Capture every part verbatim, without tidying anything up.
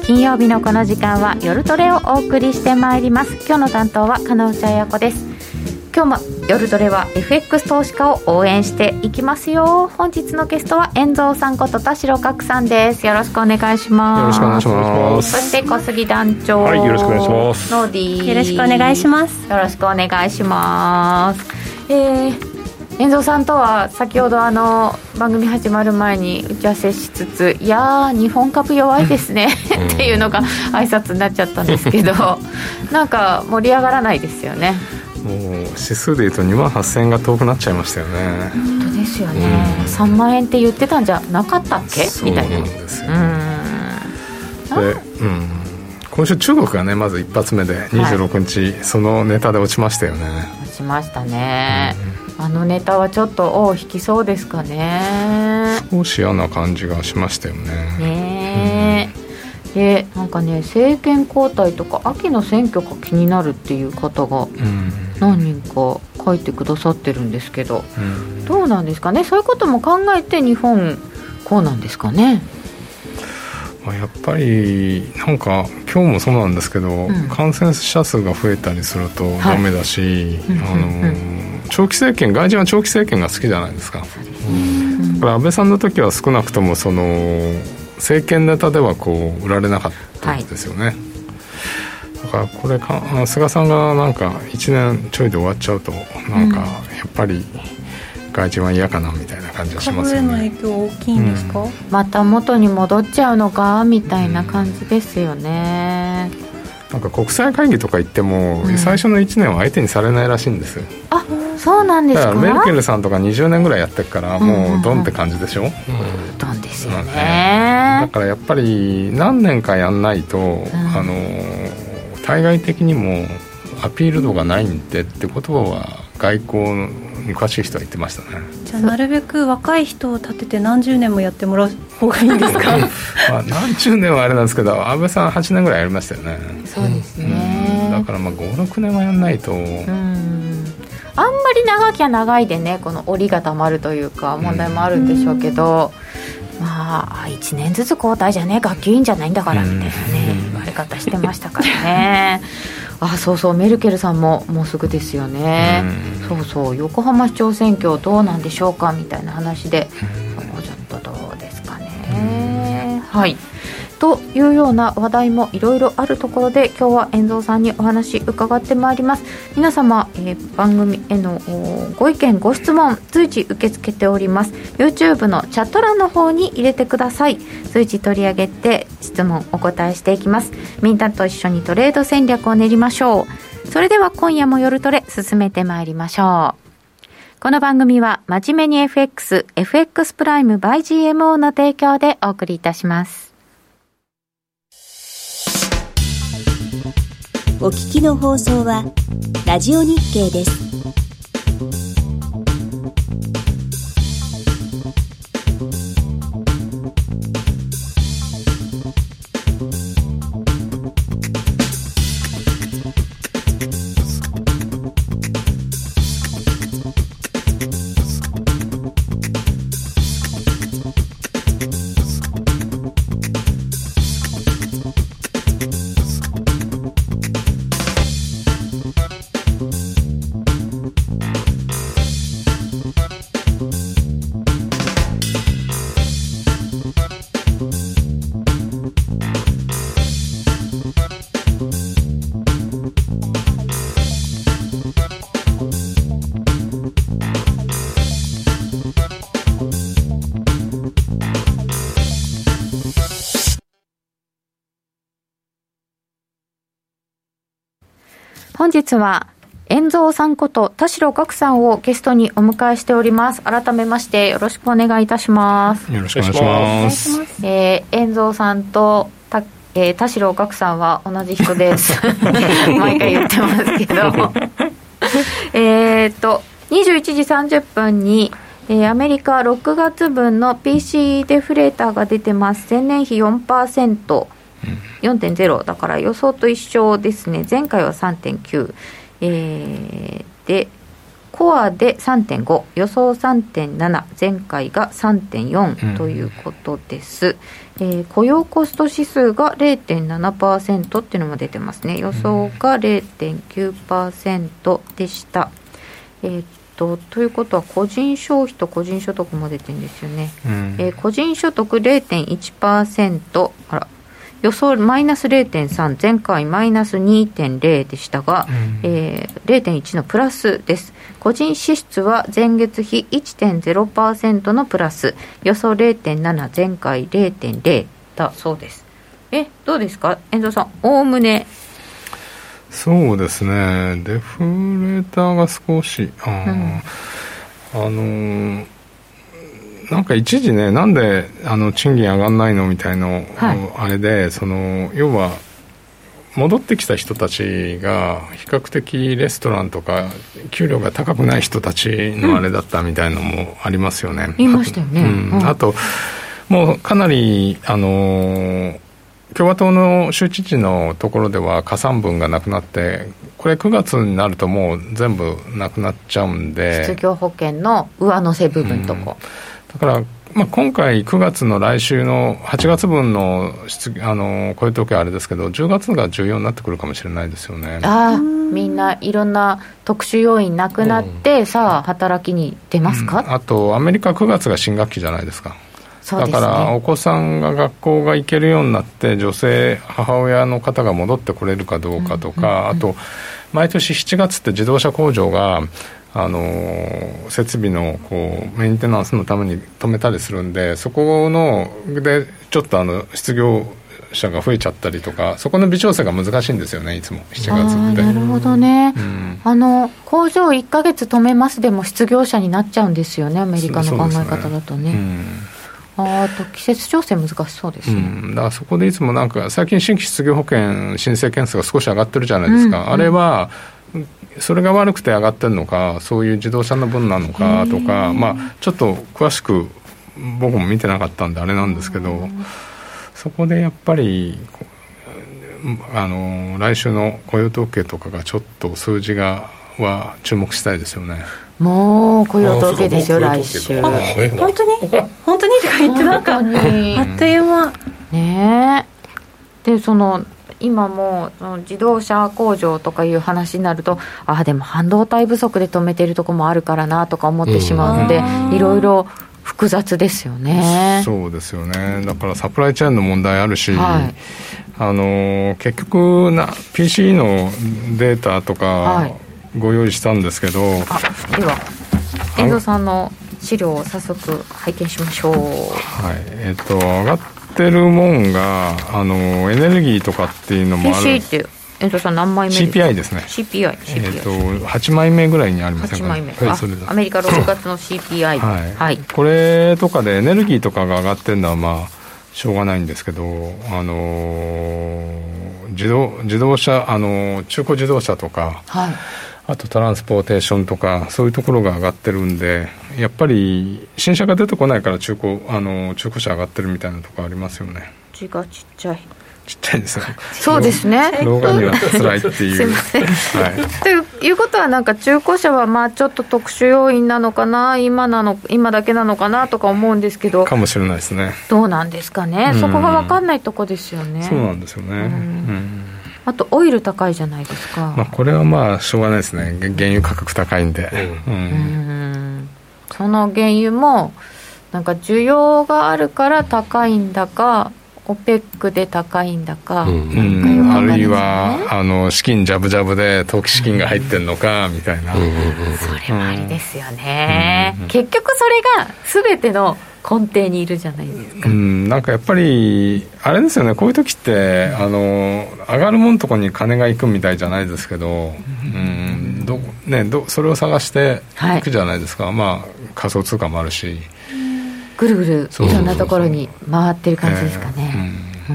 金曜日のこの時間は夜トレをお送りしてまいります。今日の担当は金内彩子です。今日も夜トレは エフエックス 投資家を応援していきますよ。本日のゲストは遠蔵さんこと田代岳さんです。よろしくお願いします。 よろしくお願いします。 そして小杉団長、 はい、よろしくお願いします。 ノーディー、 よろしくお願いします。 よろしくお願いします。えー遠蔵さんとは先ほどあの番組始まる前に打ち合わせしつつ、いやー日本株弱いですねっていうのが挨拶になっちゃったんですけどなんか盛り上がらないですよね。 もう指数でいうとにまんはっせんえんが遠くなっちゃいましたよね。 本当ですよね、うん、さんまんえんって言ってたんじゃなかったっけみたいな。 そうなんですよ、ね、うんで、うん、今週中国がねまず一発目でにじゅうろくにち、はい、そのネタで落ちましたよね。 落ちましたね、うん、あのネタはちょっと尾を引きそうですかね。 少し嫌な感じがしましたよね。 ねえ、うん、でなんかね政権交代とか秋の選挙が気になるっていう方が何人か書いてくださってるんですけど、うん、どうなんですかね。そういうことも考えて日本こうなんですかね。 やっぱりなんか今日もそうなんですけど、うん、感染者数が増えたりするとダメだし、はい、あの長期政権、外人は長期政権が好きじゃないですか。うん、だから安倍さんの時は少なくともその政権ネタではこう売られなかったんですよね、はい、だからこれか菅さんがなんかいちねんちょいで終わっちゃうとなんかやっぱり外人は嫌かなみたいな感じがしますよね。 株への影響大きいんですか、うん、 また元に戻っちゃうのかみたいな感じですよね、 うん、なんか国際会議とか行っても、うん、最初のいちねんは相手にされないらしいんですよ。 あ、そうなんですか。 だからメルケルさんとかにじゅうねんぐらいやってるからもうドンって感じでしょ、うんうんうん、 ドンですよね。 だからやっぱり何年かやんないと、うん、あの対外的にもアピール度がないんでってことは外交のに詳しい人は言ってましたね。 じゃあなるべく若い人を立てて何十年もやってもらう方がいいんですかまあ何十年はあれなんですけど安倍さんはちねんぐらいやりましたよね。 そうですね、 うん、だからまあご、ろくねんはやんないと、うん、 あんまり長きゃ長いでねこの折りがたまるというか問題もあるんでしょうけど、うん、まあいちねんずつ交代じゃね学級委員じゃないんだからみたいなね、うん、言われ方してましたからねあ、そうそうメルケルさんももうすぐですよね、うん、そうそう横浜市長選挙どうなんでしょうかみたいな話で、うん、ちょっとどうですかね、うん、はいというような話題もいろいろあるところで今日は遠蔵さんにお話伺ってまいります。皆様、えー、番組へのご意見ご質問随時受け付けております。 YouTube のチャット欄の方に入れてください。随時取り上げて質問お答えしていきます。みんなと一緒にトレード戦略を練りましょう。それでは今夜も夜トレ進めてまいりましょう。この番組は真面目に エフエックス エフエックス プライム by ジーエムオー の提供でお送りいたします。 お聞きの放送はラジオ日経です。 本日は遠蔵さんこと田代岳さんをゲストにお迎えしております。改めましてよろしくお願いいたします。 よろしくお願いします。 えー、遠蔵さんとた、えー、田代岳さんは同じ人です毎回言ってますけどえっとにじゅういちじさんじゅっぷんにえー、アメリカろくがつ分の ピーシー デフレーターが出てます。前年比 よんパーセント、よんてんゼロ だから予想と一緒ですね。前回は さんてんきゅう、えー、でコアで さんてんご、 予想 さんてんなな、 前回が さんてんよん ということです、うん、えー、雇用コスト指数が れいてんななパーセント っていうのも出てますね。予想が れいてんきゅうパーセント でした。えーということは個人消費と個人所得も出てるんですよね、うん、えー、個人所得 れいてんいちパーセント、 あら予想マイナス れいてんさん、 前回マイナス にてんれい でしたが、うん、えー、れいてんいちのプラスです。個人支出は前月比 いってんゼロパーセント のプラス、予想 れいてんなな、 前回 れいてんゼロ だそうです。えどうですか遠藤さん、おおむね。 そうですね、デフレーターが少しあ、うん、あのーなんか一時ね、なんであの賃金上がんないのみたいな、はい、あれでその要は戻ってきた人たちが比較的レストランとか給料が高くない人たちのあれだったみたいなのもありますよね、うん、 言いましたよね、 うんうん、あともうかなりあのー共和党の州知事のところでは加算分がなくなって、これくがつになるともう全部なくなっちゃうんで、 失業保険の上乗せ部分とこ、 うん、だから、まあ、今回くがつの来週のはちがつ分のあの雇用統計あれですけど、じゅうがつが重要になってくるかもしれないですよね。 ああ、みんないろんな特殊要因なくなって、うん、さあ働きに出ますか、 うん、あとアメリカくがつが新学期じゃないですか。 そうですね、 だからお子さんが学校が行けるようになって女性母親の方が戻ってこれるかどうかとか、うんうんうん、あと毎年しちがつって自動車工場があの設備のこうメンテナンスのために止めたりするんで、そこのでちょっとあの失業者が増えちゃったりとか、そこの微調整が難しいんですよね、いつもしちがつって。 なるほどね、 うん、 あの工場いっかげつ止めますでも失業者になっちゃうんですよね、アメリカの考え方だとね。あと季節調整難しそうですね、うん、 だからそこでいつもなんか最近新規失業保険申請件数が少し上がってるじゃないですか、うんうん、あれはそれが悪くて上がってるのか、そういう自動車の分なのかとか、まあ、ちょっと詳しく僕も見てなかったんであれなんですけど、そこでやっぱりあの来週の雇用統計とかがちょっと数字がは注目したいですよね。 もう雇用統計ですよ来週。 本当に本当にとか言ってなんかあっという間ねえ。でその今もその自動車工場とかいう話になると、あでも半導体不足で止めてるとこもあるからなとか思ってしまうので、いろいろ複雑ですよね。 そうですよね。だからサプライチェーンの問題あるし、はい、あの結局な ピーシー のデータとかご用意したんですけど、はい、 あでは遠藤さんの資料を早速拝見しましょう。はい、 えっと上がってるもんがあのエネルギーとかっていうのもある。 ピーシー って遠藤さん何枚目ですか？ シーピーアイ ですね。 シーピーアイ、シーピーアイ、 えー、とはちまいめぐらいにありませんか、ね、 はちまいめ、 はい、 それアメリカろくがつの シーピーアイ、 はいはい、 これとかでエネルギーとかが上がってるのはまあしょうがないんですけど、あのー、自動、自動車、あのー、中古自動車とか、はい、あとトランスポーテーションとかそういうところが上がってるんで、やっぱり新車が出てこないから中古、あのー、中古車上がってるみたいなところありますよね。 字がちっちゃいちっちゃいですね。 そうですね。 老眼には辛いっていう。 すいません。はい、ということはなんか中古車はまあちょっと特殊要因なのかな、今なの今だけなのかなとか思うんですけど。 かもしれないですね。 どうなんですかね。そこが分かんないとこですよね。 そうなんですよね。うん、 あとオイル高いじゃないですか。 まあこれはまあしょうがないですね。原油価格高いんで。うん。うん、 その原油もなんか需要があるから高いんだか。オペックで高いんだか、うんうん、あるいはあの資金ジャブジャブで投機資金が入ってるのかみたいな、うん、 それもありですよね、うん、結局それが全ての根底にいるじゃないですか、うん、 なんかやっぱりあれですよね、こういう時ってあの上がるもんとこに金が行くみたいじゃないですけど、うんどね、どそれを探していくじゃないですか、はい、まあ仮想通貨もあるしぐるぐるいろんなところに回ってる感じですかね。 うん、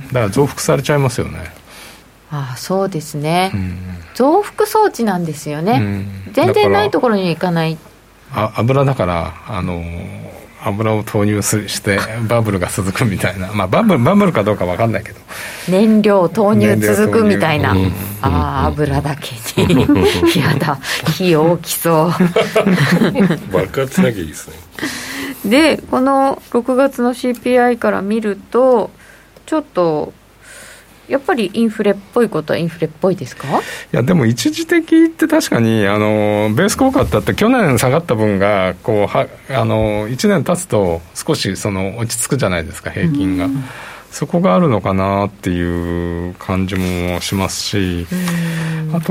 だから増幅されちゃいますよね。 ああそうですね、うん、増幅装置なんですよね、うん、全然ないところに行かない。 あ油だからあの油を投入してバブルが続くみたいな、まあ、バブル、バブルかどうか分かんないけど燃料投入続くみたいな、うん、ああ油だけにやだ火大きそう爆発しなきゃいいですね。 でこのろくがつの シーピーアイ から見るとちょっとやっぱりインフレっぽいことはインフレっぽいですか？いやでも一時的って確かにあのベース効果ってあって去年下がった分がこうはあのいちねん経つと少しその落ち着くじゃないですか平均が、うん、そこがあるのかなっていう感じもしますし、うん、あと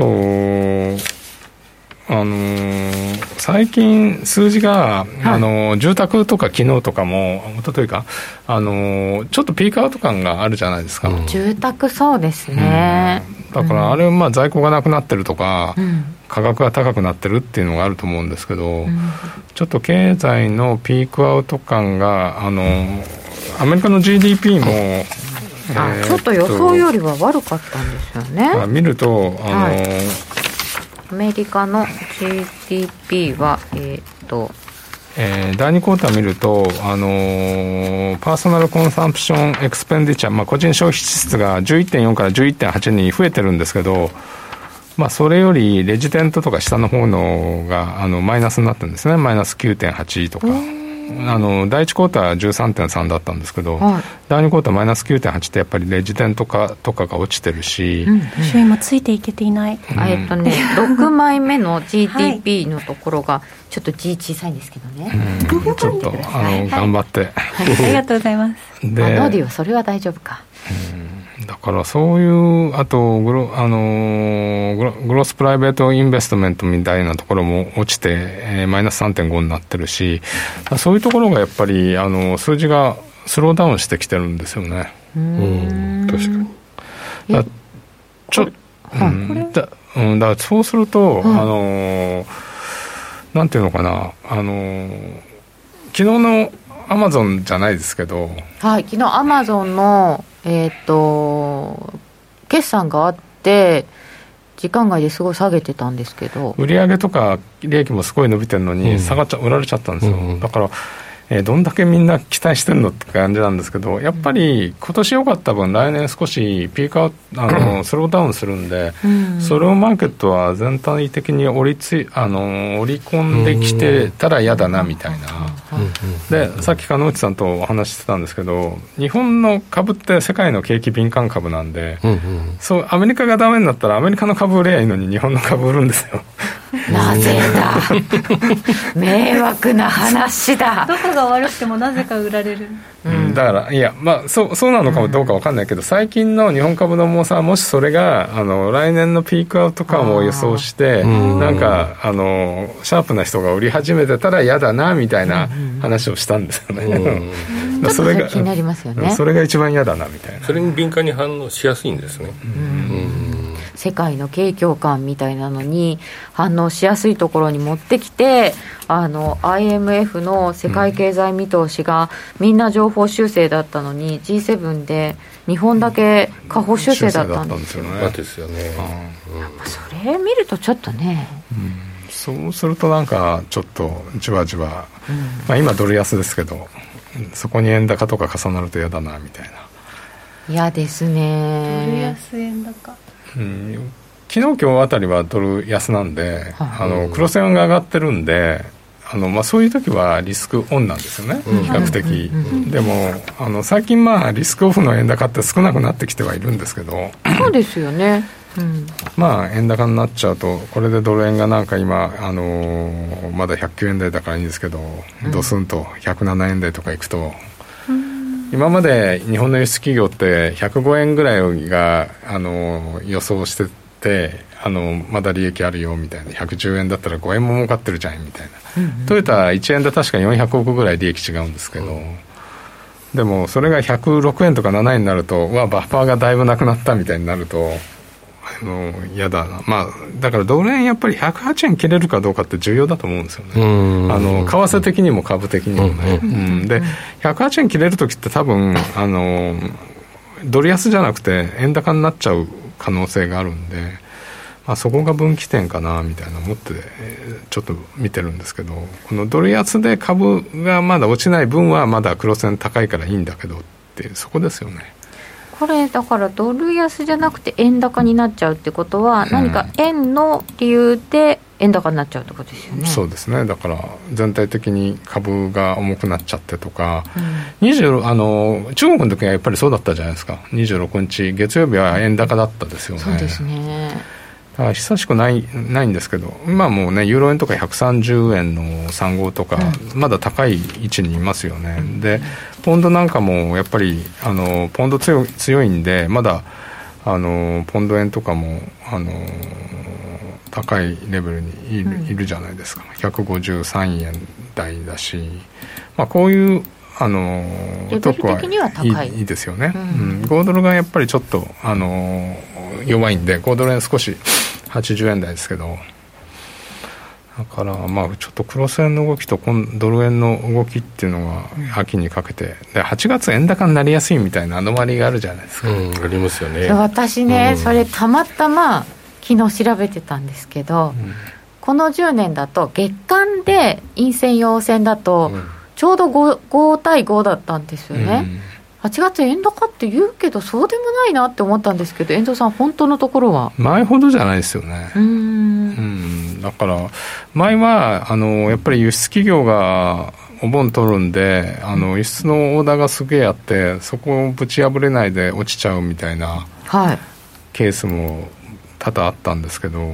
あのー、最近数字が、はい、あのー、住宅とか機能とかも一昨日か、あのー、ちょっとピークアウト感があるじゃないですか、 うん、住宅そうですね、 うん、だからあれはまあ在庫がなくなってるとか、うん、価格が高くなってるっていうのがあると思うんですけど、うん、ちょっと経済のピークアウト感があのー、アメリカの ジーディーピー も、 あ、えー、ちょっと予想よりは悪かったんですよね。 まあ、見るとあのーはいアメリカの ジーディーピー は、えーとえー、だいにクォーター見ると、あのー、パーソナルコンサンプションエクスペンディチャー、まあ、個人消費支出が じゅういってんよん から じゅういってんはち に増えてるんですけど、まあ、それよりレジデントとか下の方のがあのマイナスになってるんですね。マイナス きゅうてんはち とか、あのだいいちクォーター じゅうさんてんさん だったんですけど、はい、だいにクォーターマイナス きゅうてんはち ってやっぱりレジデント化とかが落ちてるし、 うん、私今ついていけていない、 うん、えっとねろくまいめの ジーディーピー のところがちょっと G 小さいんですけどね、 うん、ちょっとあの頑張って、はいはい、ありがとうございます。 でノーディはそれは大丈夫か、 うん、だからそういうあとグロ、あのー、グロ、グロスプライベートインベストメントみたいなところも落ちて、えー、マイナス さんてんご になってるし、そういうところがやっぱりあの数字がスローダウンしてきてるんですよね。 うん、確かにだちょ、うんだうん、だからそうすると、うん、あのー、なんていうのかな、あのー、昨日のアマゾンじゃないですけど、 はい、昨日アマゾンのえー、っと決算があって時間外ですごい下げてたんですけど、 売上とか利益もすごい伸びてるのに下がっちゃ、うん、売られちゃったんですよ、うん、だからえー、どんだけみんな期待してるのって感じなんですけど、やっぱり今年良かった分来年少しピークアウトあのスローダウンするんで、うん、それをマーケットは全体的に織りつあの織り込んできてたら嫌だなみたいな、うん、でさっき鹿野内さんとお話ししてたんですけど、日本の株って世界の景気敏感株なんで、うんうん、そうアメリカがダメになったらアメリカの株売ればいいのに日本の株売るんですよ。 なぜだ迷惑な話だ。 どこが悪くてもなぜか売られる、 うん、だからいや、まあ、そう、そうなのかもどうか分かんないけど、うん、最近の日本株の重さはもしそれがあの来年のピークアウト感を予想してなんかあのシャープな人が売り始めてたら嫌だなみたいな話をしたんですよね、 うんうん、それが気になりますよね。 それが一番嫌だなみたいな。 それに敏感に反応しやすいんですね、うんうん、世界の景況感みたいなのに反応しやすいところに持ってきて、あの アイエムエフ の世界経済見通しがみんな情報修正だったのに、うん、ジーセブン で日本だけ下方修正だったんですよね。 そうですよね、 うん、やっぱそれ見るとちょっとね、 うん、そうするとなんかちょっとじわじわ、うん、まあ、今ドル安ですけどそこに円高とか重なると嫌だなみたいな。 嫌ですね。 ドル安円高、 うん、昨日今日あたりはドル安なんで、はい、あの黒線が上がってるんで、あの、まあ、そういう時はリスクオンなんですよね、うん、比較的、うんうん、でもあの最近まあリスクオフの円高って少なくなってきてはいるんですけど、 そうですよね、うん、 まあ円高になっちゃうとこれでドル円がなんか今、あのー、まだひゃくきゅうえん台だからいいんですけど、うん、ドスンとひゃくななえん台とかいくと、うん、今まで日本の輸出企業ってひゃくごえんぐらいが、あのー、予想してて、あのまだ利益あるよみたいな、ひゃくじゅうえんだったらごえんも儲かってるじゃんみたいな、うんうん、トヨタいちえんで確かよんひゃくおくぐらい利益違うんですけど、うん、でもそれがひゃくろくえんとかななえんになると、わバッファーがだいぶなくなったみたいになるとあの嫌だな、まあ、だからドル円やっぱりひゃくはちえん切れるかどうかって重要だと思うんですよね、あの為替的にも株的にもね、うんうん、でひゃくはちえん切れるときって多分あのドル安じゃなくて円高になっちゃう可能性があるんで、 あそこが分岐点かなみたいな思ってちょっと見てるんですけど、このドル安で株がまだ落ちない分はまだ黒線高いからいいんだけどってそこですよね。 これだからドル安じゃなくて円高になっちゃうってことは、何か円の理由で円高になっちゃうってことですよね。 そうですね。だから全体的に株が重くなっちゃってとか、うん、にじゅうあの中国の時はやっぱりそうだったじゃないですか。にじゅうろくにち月曜日は円高だったですよね。 そうですね。 だから久しくないないんですけど、今もうねユーロ円とかひゃくさんじゅうえんのさん号とか、うん、まだ高い位置にいますよね、うん、でポンドなんかもやっぱりあのポンド強い、強いんでまだあのポンド円とかもあの高いレベルにいる、うん、いるじゃないですか。ひゃくごじゅうさんえん台だし、まあ、こういうあのレベル的には高い、 いいですよね、うんうん、ごドルがやっぱりちょっとあの弱いんでごドル円少しはちじゅうえん台ですけど、だからまあちょっとクロス円の動きとドル円の動きっていうのが秋にかけてではちがつ円高になりやすいみたいなアノマリがあるじゃないですか、うん、 ありますよね。 私ね、 うん、 それたまたま昨日調べてたんですけど、うん、このじゅうねんだと月間で陰線陽線だとちょうど 5, 5対ごだったんですよね、うん、はちがつ円高って言うけどそうでもないなって思ったんですけど、遠藤さん本当のところは前ほどじゃないですよね。うーん、うん、だから前はあのやっぱり輸出企業がお盆取るんであの輸出のオーダーがすげえあってそこをぶち破れないで落ちちゃうみたいなケースも多々あったんですけど、はい、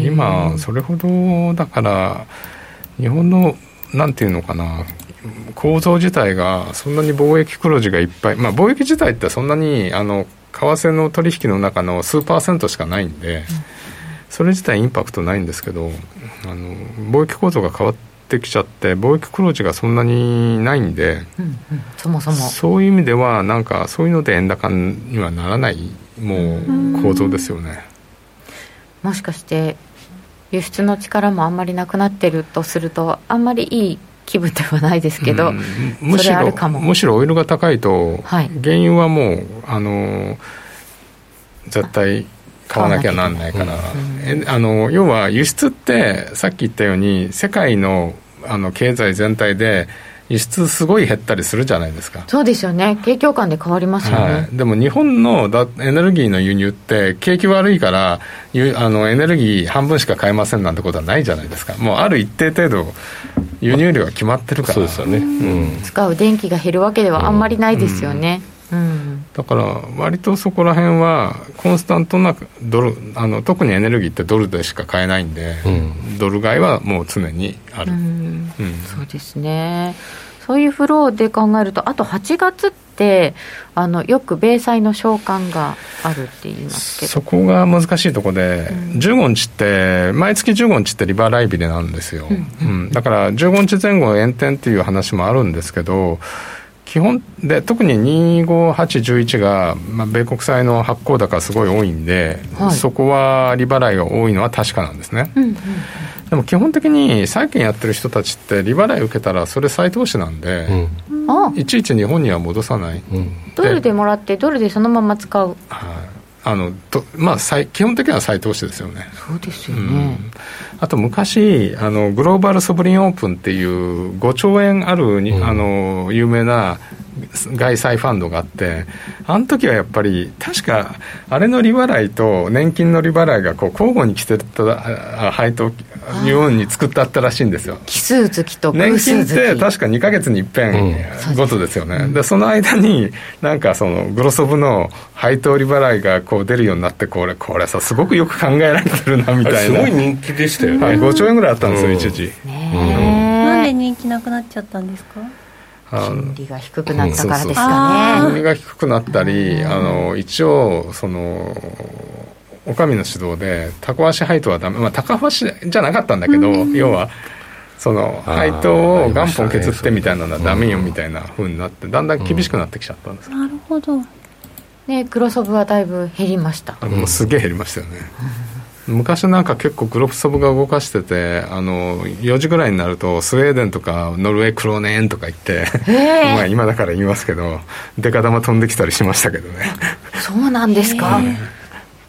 今それほどだから日本のなんていうのかな構造自体がそんなに貿易黒字がいっぱい、まあ、貿易自体ってそんなにあの為替の取引の中の数パーセントしかないんで、うん、それ自体インパクトないんですけどあの貿易構造が変わってきちゃって貿易黒字がそんなにないんで、 うんうん、そもそもそういう意味ではなんかそういうので円高にはならないもう構造ですよね。 もしかして輸出の力もあんまりなくなってるとするとあんまりいい気分ではないですけど、うん、 むしろ、それあるかも。むしろオイルが高いと、はい、原油はもうあの絶対買わなきゃなんないから、うん、あの要は輸出ってさっき言ったように世界 の, あの経済全体で輸出すごい減ったりするじゃないですか。 そうですよね。景況感で変わりますよね、はい、 でも日本のだエネルギーの輸入って景気悪いからあのエネルギー半分しか買えませんなんてことはないじゃないですか。もうある一定程度輸入量が決まってるから。 そうですよね、 うん、使う電気が減るわけではあんまりないですよね、うんうん、 だから割とそこら辺はコンスタントなドルあの特にエネルギーってドルでしか買えないんで、うん、ドル買いはもう常にある、うんうん、そうですね。そういうフローで考えるとあとはちがつってあのよく米債の償還があるって言いますけどそこが難しいところで、うん、じゅうごにちって毎月じゅうごにちって利払い日でなんですよ、うんうん、だからじゅうごにちぜん後延転っていう話もあるんですけど基本で特ににごはちいちいちが、まあ、米国債の発行高すごい多いんで、はい、そこは利払いが多いのは確かなんですね、うんうんうん、でも基本的に債券やってる人たちって利払い受けたらそれ再投資なんで、うん、いちいち日本には戻さない、うん、 ドルでもらってドルでそのまま使う、はい、 あのとまあ、基本的には再投資ですよね。 そうですよね、うん、 あと昔あのグローバルソブリンオープンっていうごちょうえんあるに、うん、あの有名な外債ファンドがあってあの時はやっぱり確かあれの利払いと年金の利払いがこう交互に来てた配当日本に作ってあったらしいんですよ。 奇数月と偶数月年金って確かにかげつに一遍ごとですよね、うん、でその間になんかそのグロソブの配当利払いがこう出るようになってこれこれさすごごく考えられてるなみたいなすごい人気でしたよね、 はい、ごちょうえんぐらいあったんですよ、うん、一時、 ねうん、なんで人気なくなっちゃったんですか。 金利が低くなったからですかね。 金利が低くなったりあの一応そのお上の指導でタコ足配当はダメ、まあ、タコ足じゃなかったんだけど、うん、要はその配当を元本削ってみたいなのはダメよみたいな風になってだんだん厳しくなってきちゃったんです、 うん、なるほど、 ね、グロソブはだいぶ減りました。 もうすげえ減りましたよね、うん、昔なんか結構グロソブが動かしててあのよじぐらいになるとスウェーデンとかノルウェークローネーンとか言ってまあ今だから言いますけどデカ玉飛んできたりしましたけどね。 そうなんですか。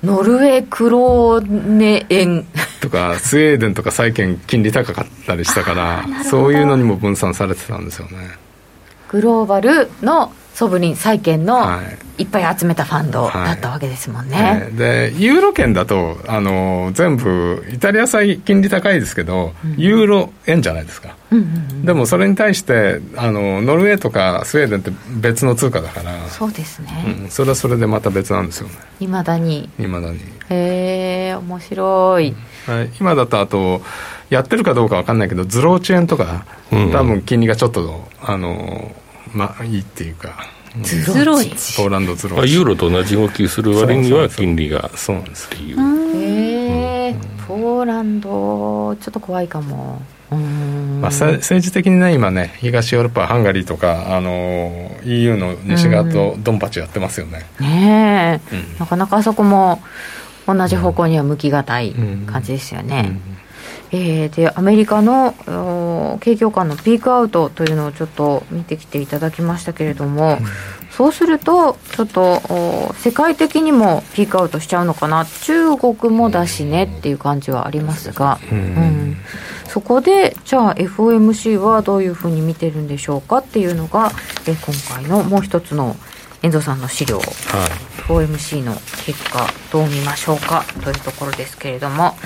ノルウェークローネ円とかスウェーデンとか債券金利高かったりしたからそういうのにも分散されてたんですよね。 グローバルのソブリン債券のいっぱい集めたファンドだったわけですもんね、はいはい、 でユーロ圏だとあの全部イタリア債金利高いですけど、うん、ユーロ円じゃないですか、うんうんうん、でもそれに対してあのノルウェーとかスウェーデンって別の通貨だからそうですね、 うん、それはそれでまた別なんですよね。 いまだにいまだにへえ面白い、 うんはい、今だとあとやってるかどうか分かんないけどズローチ円とか、うん、多分金利がちょっとあのまあいいっていうかズローチポーランドズローチユーロと同じ動きする割には金利がそうなんですっていうへえ、うん、ポーランドちょっと怖いかも。うーん、 まあ、政治的にね今ね東ヨーロッパハンガリーとかあの イーユー の西側とドンパチやってますよね、 うん、ねえ、うん、なかなかあそこも同じ方向には向きがたい感じですよね、うんうんえー、でアメリカの景況感のピークアウトというのをちょっと見てきていただきましたけれども、うん、そうするとちょっと世界的にもピークアウトしちゃうのかな中国もだしねっていう感じはありますが、うんうん、そこでじゃあ エフオーエムシー はどういうふうに見てるんでしょうかっていうのがえ今回のもう一つの遠藤さんの資料、はい、エフオーエムシー の結果どう見ましょうかというところですけれども、はい、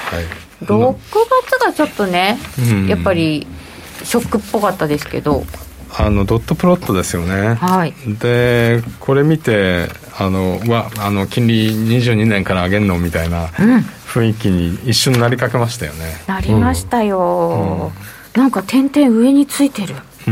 ろくがつがちょっとね、うん、やっぱりショックっぽかったですけどあのドットプロットですよね、はい、でこれ見てあのわあの金利にじゅうにねんから上げるのみたいな雰囲気に一瞬なりかけましたよね、 うん、なりましたよ、うん、なんか点々上についてる、 うん、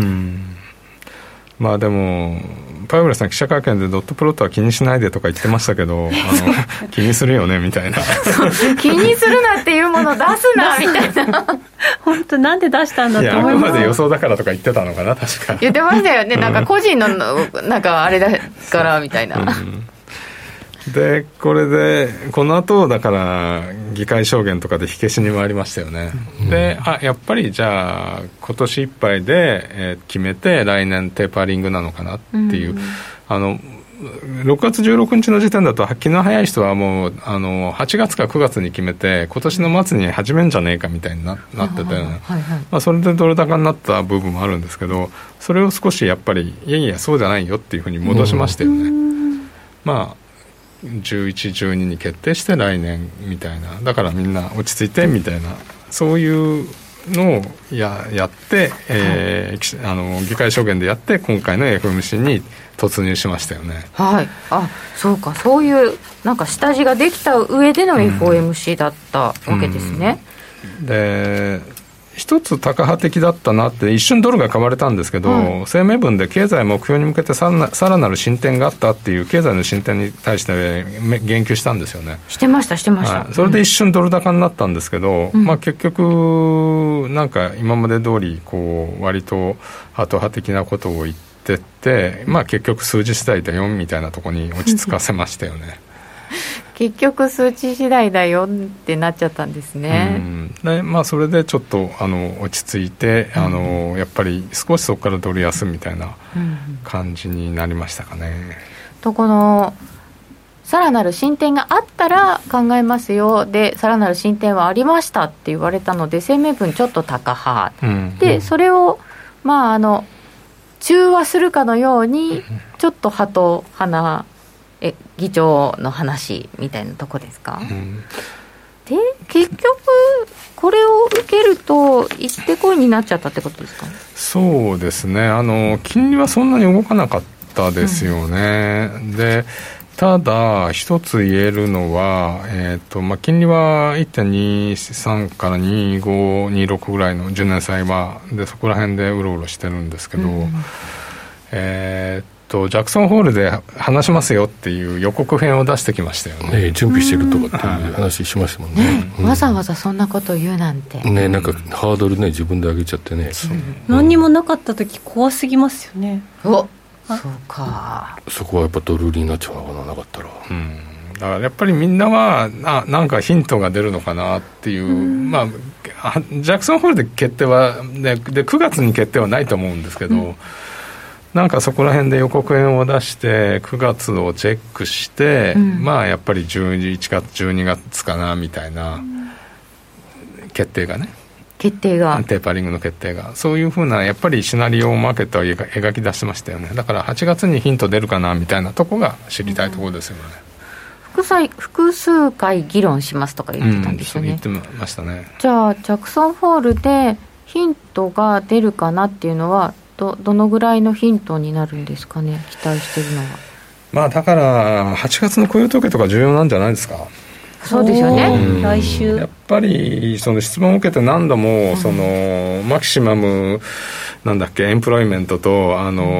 まあでもパウエルさん記者会見でドットプロットは気にしないでとか言ってましたけどあの気にするよねみたいな気にするなっていうもの出すなみたいな本当なんで出したんだと思います。 いやあくまで予想だからとか言ってたのかな確か言ってましたよねなんか個人のなんかあれだからみたいな、うんでこれでこの後だから議会証言とかで火消しに回りましたよね、うん、であやっぱりじゃあ今年いっぱいで、えー、決めて来年テーパリングなのかなっていう、うん、あのろくがつじゅうろくにちの時点だと気の早い人はもうあのはちがつかくがつに決めて今年の末に始めんじゃねえかみたいに な, なってて、はいはいまあ、それでドル高になった部分もあるんですけどそれを少しやっぱりいやいやそうじゃないよっていうふうに戻しましたよね、うん、まあじゅういち、じゅうにに決定して来年みたいなだからみんな落ち着いてみたいなそういうのを や, やって、えーはい、あの議会証言でやって今回の エフオーエムシー に突入しましたよね。 はいあそうかそういうなんか下地ができた上での エフオーエムシー だったわけですね、 うんうん、で一つタカ派的だったなって一瞬ドルが買われたんですけど、はい、声明文で経済目標に向けてさらな、さらなる進展があったっていう経済の進展に対して言及したんですよね。 してましたしてました、 はい、それで一瞬ドル高になったんですけど、うんまあ、結局なんか今まで通りこう割とハト派的なことを言ってって、まあ、結局数字次第だよみたいなところに落ち着かせましたよね結局数値次第だよってなっちゃったんですね、 うんでまあ、それでちょっとあの落ち着いて、うん、あのやっぱり少しそこからドル安みたいな感じになりましたかね、うん、 とこのさらなる進展があったら考えますよでさらなる進展はありましたって言われたので声明文ちょっと高派、うん、でそれをまああの中和するかのようにちょっと派と派なえ議長の話みたいなとこですか、うん、で結局これを受けると行ってこいになっちゃったってことですか。 そうですねあの金利はそんなに動かなかったですよね、うん、でただ一つ言えるのは、えーとまあ、金利は いってんにさん からにじゅうご、にじゅうろくぐらいのじゅうねん債はでそこら辺でうろうろしてるんですけど、うんえージャクソンホールで話しますよっていう予告編を出してきましたよね、 ね準備してるとかっていう話しましたもんね、ねうん、わざわざそんなこと言うなんてねなんかハードルね自分で上げちゃってね、 うん、何にもなかった時怖すぎますよね。 おそうかそこはやっぱドル売りになっちゃうのかななかったら、 うんだからやっぱりみんなはななんかヒントが出るのかなっていう、うんまあ、ジャクソンホールで決定はででくがつに決定はないと思うんですけど、うんなんかそこら辺で予告編を出してくがつをチェックして、うん、まあやっぱりじゅういちがつじゅうにがつかなみたいな決定がね、 決定がテーパリングの決定がそういうふうなやっぱりシナリオをマーケットは描き出してましたよね。だからはちがつにヒント出るかなみたいなとこが知りたいところですよね、 うん、複, 数複数回議論しますとか言ってたんですよね、 うん、そう言ってましたね。 じゃあジャクソンホールでヒントが出るかなっていうのは ど, どのぐらいのヒントになるんですかね、期待してるのは。 まあだからはちがつの雇用統計とか重要なんじゃないですか。 そうですよね、 うん、来週やっぱりその質問を受けて何度もその、うん、マキシマムなんだっけエンプロイメントとあの、うん、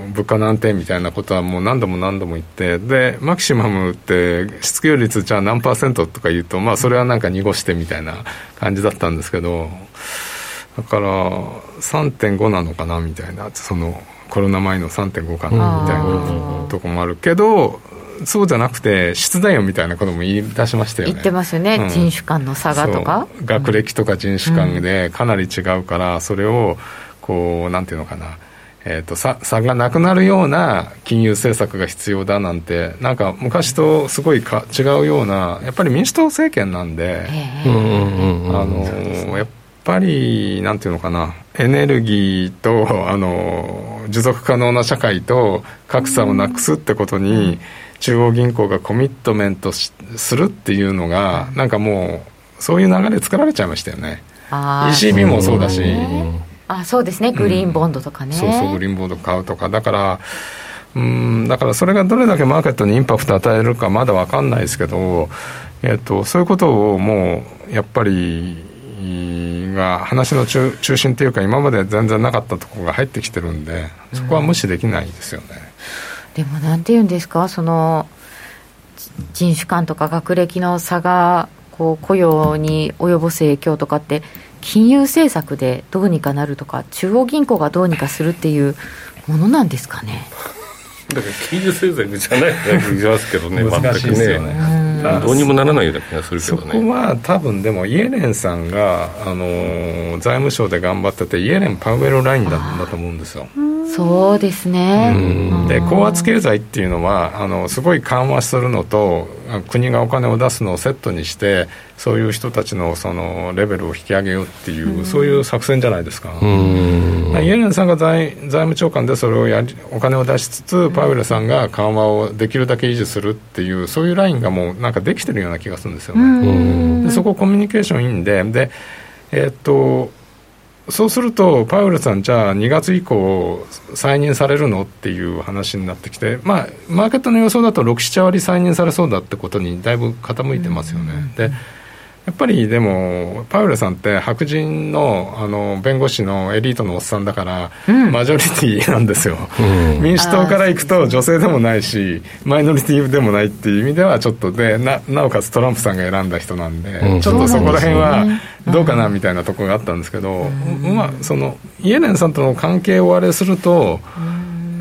物価の安定みたいなことはもう何度も何度も言って、でマキシマムって失業率じゃあ何パーセントとか言うと、まあそれはなんか濁してみたいな感じだったんですけど、だから さんてんご なのかなみたいな、そのコロナ前の さんてんご かなみたいなとこもあるけど、そうじゃなくて質だよみたいなことも言い出しましたよね。 言ってますよね、うん、人種間の差がとか学歴とか人種間でかなり違うから、うん、それをこうなんていうのかな、えーと、差, 差がなくなるような金融政策が必要だなんて、なんか昔とすごいか違うような、やっぱり民主党政権なんで、あのやっぱりなんていうのかな、エネルギーとあの持続可能な社会と格差をなくすってことに、うん中央銀行がコミットメントするっていうのがなんかもうそういう流れ作られちゃいましたよね。あ イーシービー もそうだし、 あそうですね、グリーンボンドとかね、 うん、そうそうグリーンボンド買うとか、だからうーんだからそれがどれだけマーケットにインパクトを与えるかまだ分かんないですけど、えっと、そういうことをもうやっぱりが話の 中, 中心というか今まで全然なかったところが入ってきてるんで、そこは無視できないですよね、 うん、でもなんていうんですか、その人種間とか学歴の差がこう雇用に及ぼす影響とかって金融政策でどうにかなるとか中央銀行がどうにかするっていうものなんですかね。 だから金融政策じゃない気がしますけどね難しいですよね、 うん、どうにもならないような気がするけどね。 そこは多分でもイエレンさんが、あのー、財務省で頑張っててイエレンパウエルラインだったんだと思うんですよ。 そうですね、 うん、で高圧経済っていうのはあのすごい緩和するのと国がお金を出すのをセットにしてそういう人たち の, そのレベルを引き上げようっていう、うん、そういう作戦じゃないですか。うんイエレンさんが 財, 財務長官でそれをやりお金を出しつつパウエルさんが緩和をできるだけ維持するっていうそういうラインがもうなんかできてるような気がするんですよね。うんでそこコミュニケーションいいんで、でえー、っとそうするとパウエルさんじゃあにがつ以降再任されるのっていう話になってきて、まあ、マーケットの予想だと ろく,なな 割再任されそうだってことにだいぶ傾いてますよね、うん、でやっぱりでもパウエルさんって白人 の, あの弁護士のエリートのおっさんだから、うん、マジョリティなんですよ、うん、民主党から行くと女性でもないしマイノリティでもないっていう意味ではちょっとで な, なおかつトランプさんが選んだ人なんで、うん、ちょっとそこら辺はどうかなみたいなところがあったんですけど、うんまあ、そのイエレンさんとの関係をあれすると、うん、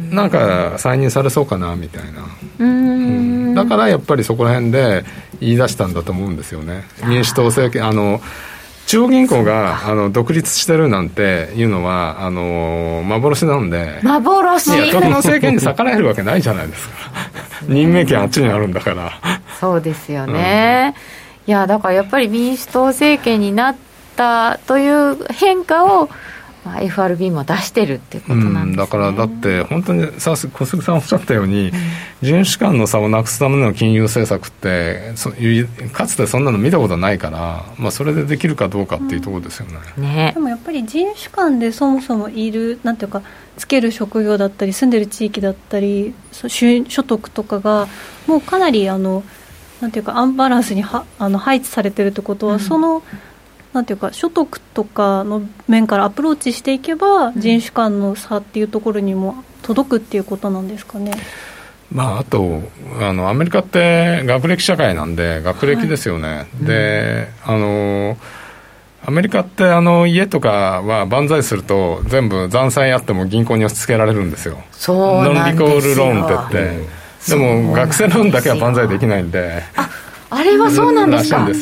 なんか再任されそうかなみたいな、うんうん、だからやっぱりそこら辺で言い出したんだと思うんですよね。民主党政権あの中央銀行があの独立してるなんていうのはあの幻なんで、 幻いや時の政権に逆らえるわけないじゃないですか任命権あっちにあるんだからそうですよね、うん、いやだからやっぱり民主党政権になったという変化をまあ、エフアールビー も出してるってことなんですね、うん、 だからだって本当にさ小杉さんおっしゃったように、うん、人種間の差をなくすための金融政策ってそかつてそんなの見たことないから、まあ、それでできるかどうかっていうところですよね、 うんね、でもやっぱり人種間でそもそもいるなんていうかつける職業だったり住んでる地域だったり所得とかがもうかなりあのなんていうかアンバランスにはあの配置されてるってことは、うん、そのなんていうか所得とかの面からアプローチしていけば、うん、人種間の差っていうところにも届くっていうことなんですかね。 まあ、あとあのアメリカって学歴社会なんで学歴ですよね、はい、で、うん、あのアメリカってあの家とかは万歳すると全部残債あっても銀行に押し付けられるんですよ。 そうなんですよ。 ノンリコールローンって言って、うん、でも学生ローンだけは万歳できないんで、 あ、あれはそうなんですか、 らしいんですよ。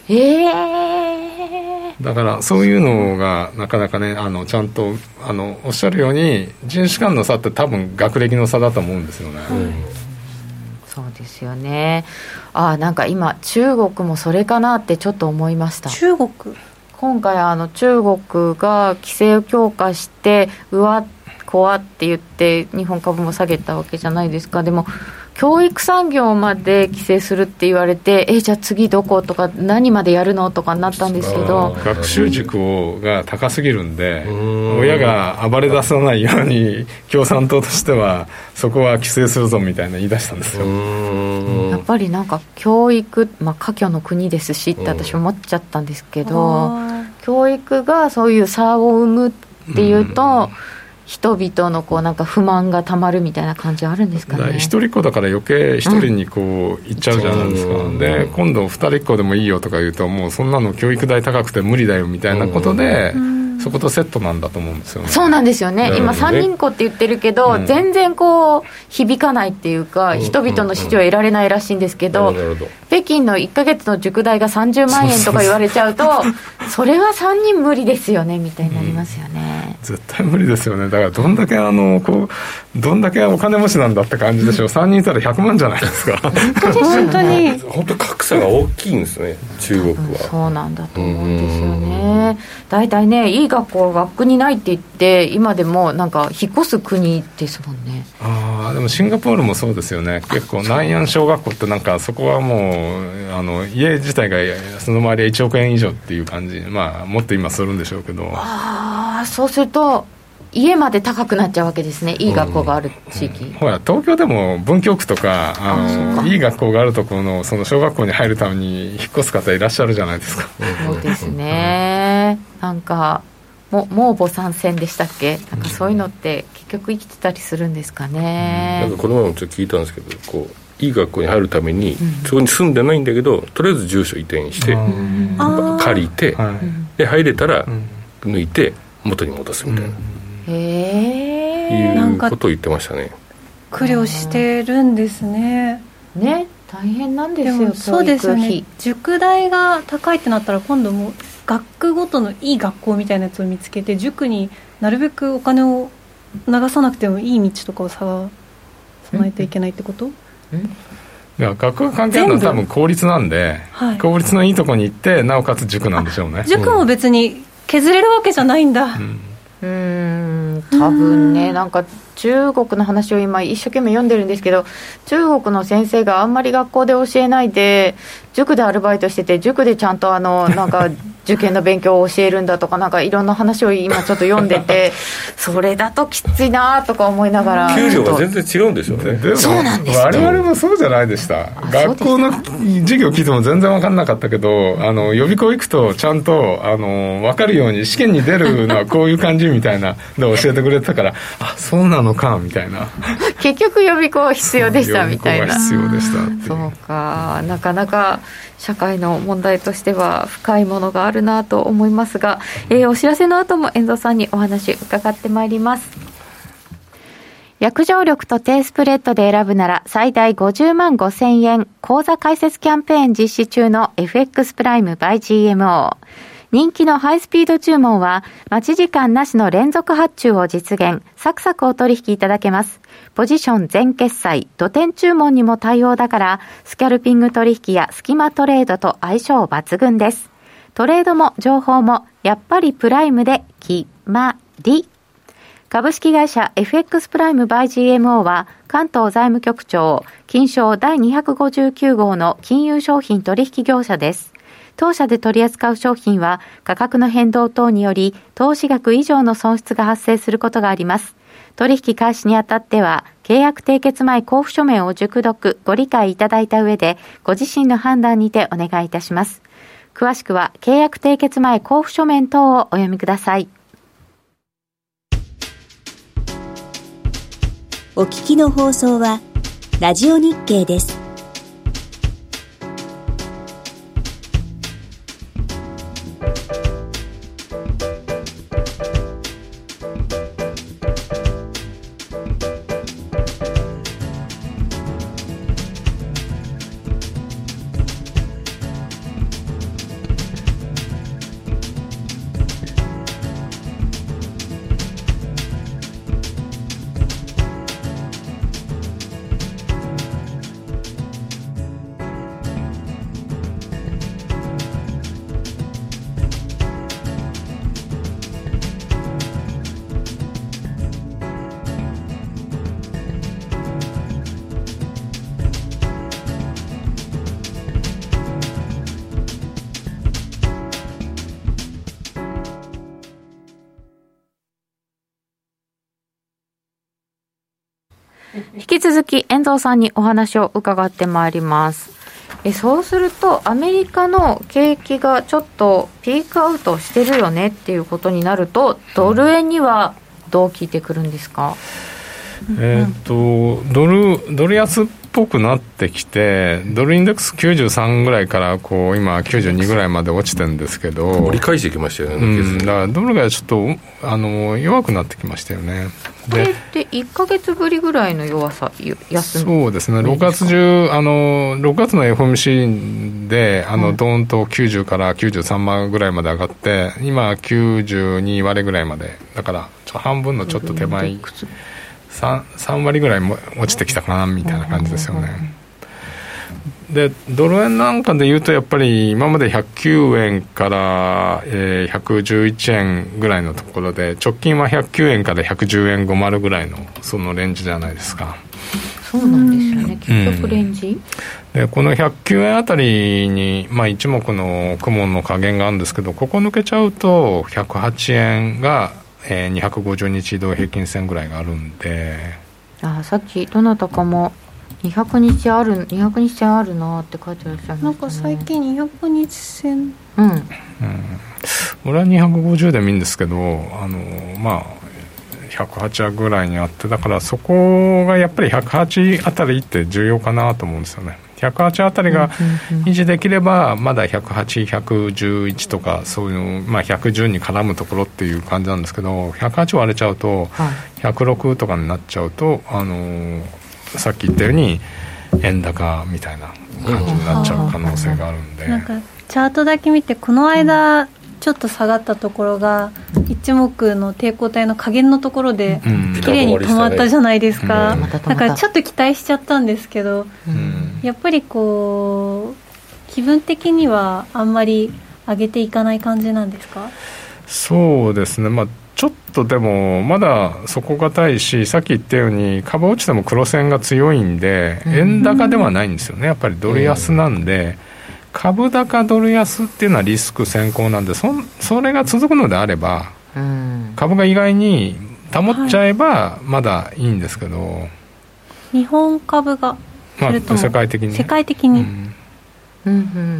えー、 だからそういうのがなかなかねあのちゃんとあのおっしゃるように人種間の差って多分学歴の差だと思うんですよね、うん、 そうですよね。あ、なんか今中国もそれかなってちょっと思いました。 中国今回あの中国が規制を強化してうわ怖って言って日本株も下げたわけじゃないですか。でも教育産業まで規制するって言われて、えじゃあ次どことか何までやるのとかになったんですけど、 学習塾をが高すぎるんで親が暴れ出さないように共産党としてはそこは規制するぞみたいな言い出したんですよ。 やっぱりなんか教育、まあ、科挙の国ですしって私思っちゃったんですけど、教育がそういう差を生むっていうと人々のこうなんか不満がたまるみたいな感じあるんですかね。 一人っ子だから余計一人にこう行っちゃうじゃないですか、うん、で今度二人っ子でもいいよとか言うともうそんなの教育代高くて無理だよみたいなことで、うん、そことセットなんだと思うんですよね。 そうなんですよね。今さんにんっ子って言ってるけど、うん、全然こう響かないっていうか、うん、人々の支持を得られないらしいんですけど、うんうんうん、北京のいっかげつの塾代がさんじゅうまんえんとか言われちゃうとそれはさんにん無理ですよねみたいになりますよね、 うん、絶対無理ですよね。だからどんだけあのこうどんだけお金持ちなんだって感じでしょう、うん、さんにんいたらひゃくまんじゃないですか本当に本当格差が大きいんですね中国は。 そうなんだと思うんですよね。だいたいねいい学校が学区にないって言って今でもなんか引っ越す国ですもんね。 あでもシンガポールもそうですよね。結構南安小学校ってなんかそこはもうあの家自体がその周りはいちおくえん以上っていう感じ、まあもっと今するんでしょうけど、 あそうすると家まで高くなっちゃうわけですね、いい学校がある地域、 うんうん、ほら東京でも文京区とかあのあいい学校があるところのその小学校に入るために引っ越す方いらっしゃるじゃないですか。 そうですね。なんかも盲母参戦でしたっけ、なんかそういうのって結局生きてたりするんですかね、 うん、なんかこの前もちょっと聞いたんですけどこういい学校に入るために、うん、そこに住んでないんだけどとりあえず住所移転して、うん、借りて、はい、で入れたら、うん、抜いて元に戻すみたいな、うんへいうことを言ってましたね。 苦慮してるんですね。 ね、大変なんですよ。 そうですよね。塾代が高いってなったら今度もう学区ごとのいい学校みたいなやつを見つけて塾になるべくお金を流さなくてもいい道とかを探さないといけないってこと？ うん、いや学区が関係あるのは多分公立なんで、はい、公立のいいとこに行ってなおかつ塾なんでしょうね。 塾も別に削れるわけじゃないんだ、 うんうーん多分ね、なんか中国の話を今一生懸命読んでるんですけど、中国の先生があんまり学校で教えないで塾でアルバイトしてて、塾でちゃんとあのなんか受験の勉強を教えるんだとか、なんかいろんな話を今ちょっと読んでてそれだときついなとか思いながら、 給料が全然違うんでしょうね。 でもそうなんですよ。 我々もそうじゃないでした。学校の授業聞いても全然分かんなかったけど、あの予備校行くとちゃんとあの分かるように試験に出るのはこういう感じみたいなのを教えてくれてたからあそうなのかみたいな結局予備校必要でしたみたいな。 予備校が必要でしたっていう。 そうか、なかなか社会の問題としては深いものがあるなと思いますが、えー、お知らせの後も遠藤さんにお話伺ってまいります。約定力と低スプレッドで選ぶなら最大ごじゅうまんごせんえん口座開設キャンペーン実施中の エフエックス プライム by ジーエムオー。人気のハイスピード注文は待ち時間なしの連続発注を実現、サクサクお取引いただけます。ポジション全決済、土点注文にも対応だから、スキャルピング取引やスキマトレードと相性抜群です。トレードも情報もやっぱりプライムで決まり。株式会社 エフエックス プライム by ジーエムオー は関東財務局長金商だいにひゃくごじゅうきゅう号の金融商品取引業者です。当社で取り扱う商品は価格の変動等により投資額以上の損失が発生することがあります。取引開始にあたっては契約締結前交付書面を熟読ご理解いただいた上でご自身の判断にてお願いいたします。詳しくは契約締結前交付書面等をお読みください。 お聞きの放送はラジオ日経です。 引き続き遠藤さんにお話を伺ってまいります。えそうするとアメリカの景気がちょっとピークアウトしてるよねっていうことになると、ドル円にはどう効いてくるんですか？ えー、とドルドル安っぽくなってきて、ドルインデックスきゅうじゅうさんぐらいからこう今きゅうじゅうにぐらいまで落ちてるんですけど、 折り返してきましたよね、 うん、だからドルがちょっとあの弱くなってきましたよね。 これっていっかげつぶりぐらいの弱さ、安そうですね、ろくがつ中あのろくがつの エフオーエムシー であの、うん、ドーンときゅうじゅうからきゅうじゅうさんまんぐらいまで上がって、今きゅうじゅうに割ぐらいまで、だからちょ半分のちょっと手前 3, さん割ぐらいも落ちてきたかなみたいな感じですよね。でドル円なんかでいうとやっぱり今までひゃくきゅうえんから、えー、ひゃくじゅういちえんぐらいのところで、直近はひゃくきゅうえんからひゃくじゅうえんごじゅうぐらいのそのレンジじゃないですか。 そうなんですよね、結局レンジ、 うん、でこのひゃくきゅうえんあたりに、まあ、一目の雲の加減があるんですけど、ここ抜けちゃうとひゃくはちえんが、えー、にひゃくごじゅうにち移動平均線ぐらいがあるんで、 あさっきどなたかもにひゃくにちあるにひゃくにち線あるなって書いてらっしゃいましたね。 なんか最近にひゃくにち線、 うん、うん、 俺はにひゃくごじゅうでもいいんですけど、あのまあひゃくはちぐらいにあって、だからそこがやっぱりひゃくはちあたりって重要かなと思うんですよね。ひゃくはちあたりが維持できればまだひゃくはち、ひゃくじゅういちとかそういう、まあ、ひゃくじゅうに絡むところっていう感じなんですけど、ひゃくはち割れちゃうとひゃくろくとかになっちゃうと、あのさっき言ったように円高みたいな感じになっちゃう可能性があるんで、 なんかチャートだけ見てこの間、うん、ちょっと下がったところが一目の抵抗体の下限のところで綺麗に止まったじゃないですか、うん、だからちょっと期待しちゃったんですけど、うん、やっぱりこう気分的にはあんまり上げていかない感じなんですか？ そうですね、まあちょっとでもまだ底堅いし、さっき言ったように株落ちても黒線が強いんで円高ではないんですよね。やっぱりドル安なんで、株高ドル安っていうのはリスク先行なんで、 そ, それが続くのであれば株が意外に保っちゃえばまだいいんですけど、はい、 日本株がそれとも、 まあ、世界的に、ね、 世界的に、 うんうんうん、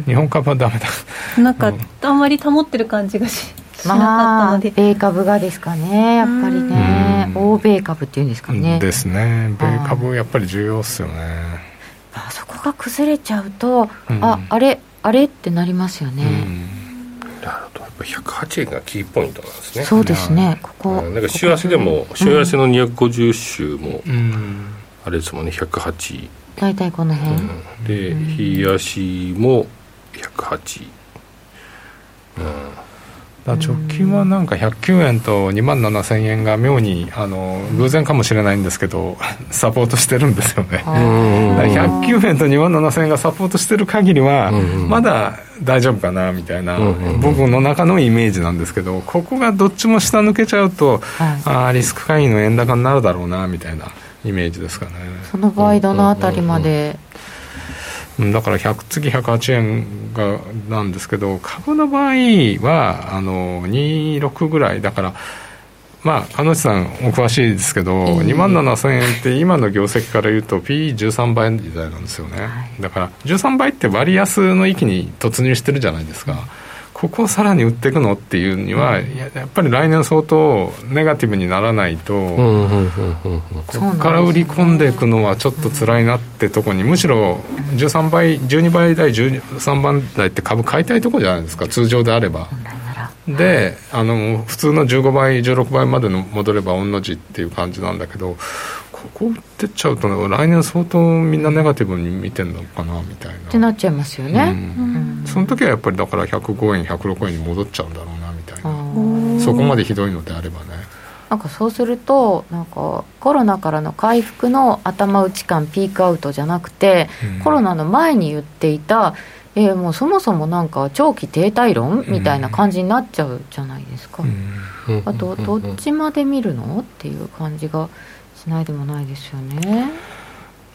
日本株はダメだなんか、うん、あんまり保ってる感じがしまあ、米株がですかね、やっぱりね、欧米株っていうんですかね。 ですね、米株やっぱり重要っすよね。 あそこが崩れちゃうと、うん、ああれあれってなりますよね、うん、 なるほど。やっぱひゃくはちえんがキーポイントなんですね。 そうですね、ここなんか週足でも週足のにひゃくごじゅう週も、うん、あれですもんね、ひゃくはち大体この辺、うん、 で日足もひゃくはち、うん、 だ直近はなんかひゃくきゅうえんとにまんななせんえんが妙にあの偶然かもしれないんですけどサポートしてるんですよね。だからひゃくきゅうえんとにまんななせんえんがサポートしてる限りはまだ大丈夫かなみたいな僕の中のイメージなんですけど、ここがどっちも下抜けちゃうと、はい、あリスク回避の円高になるだろうなみたいなイメージですかね。 その場合どのあたりまで、 だからひゃく次ひゃくはちえんがなんですけど、株の場合はあのにじゅうろくぐらいだから、まあ鹿野内さんお詳しいですけど、えー、にまんななせんえんって今の業績から言うと ピーイーじゅうさん 倍時代なんですよね、はい、だからじゅうさんばいって割安の域に突入してるじゃないですか、うん、ここをさらに売っていくのっていうには、うん、やっぱり来年相当ネガティブにならないと、うん、ここから売り込んでいくのはちょっと辛いなってとこに、むしろじゅうさんばいじゅうにばい台じゅうさんばい台って株買いたいとこじゃないですか、通常であれば。であの普通のじゅうごばいじゅうろくばいまでの戻れば御の字っていう感じなんだけど、ここ売ってっちゃうと、ね、来年相当みんなネガティブに見てんのかなみたいなってなっちゃいますよね、うんうん、その時はやっぱりだからひゃくごえんひゃくろくえんに戻っちゃうんだろうなみたいな、そこまでひどいのであればね。 なんかそうするとなんかコロナからの回復の頭打ち感ピークアウトじゃなくて、うん、コロナの前に言っていたえー、もうそもそもなんか長期停滞論みたいな感じになっちゃうじゃないですか、うん、あとどっちまで見るのっていう感じがしないでもないですよね。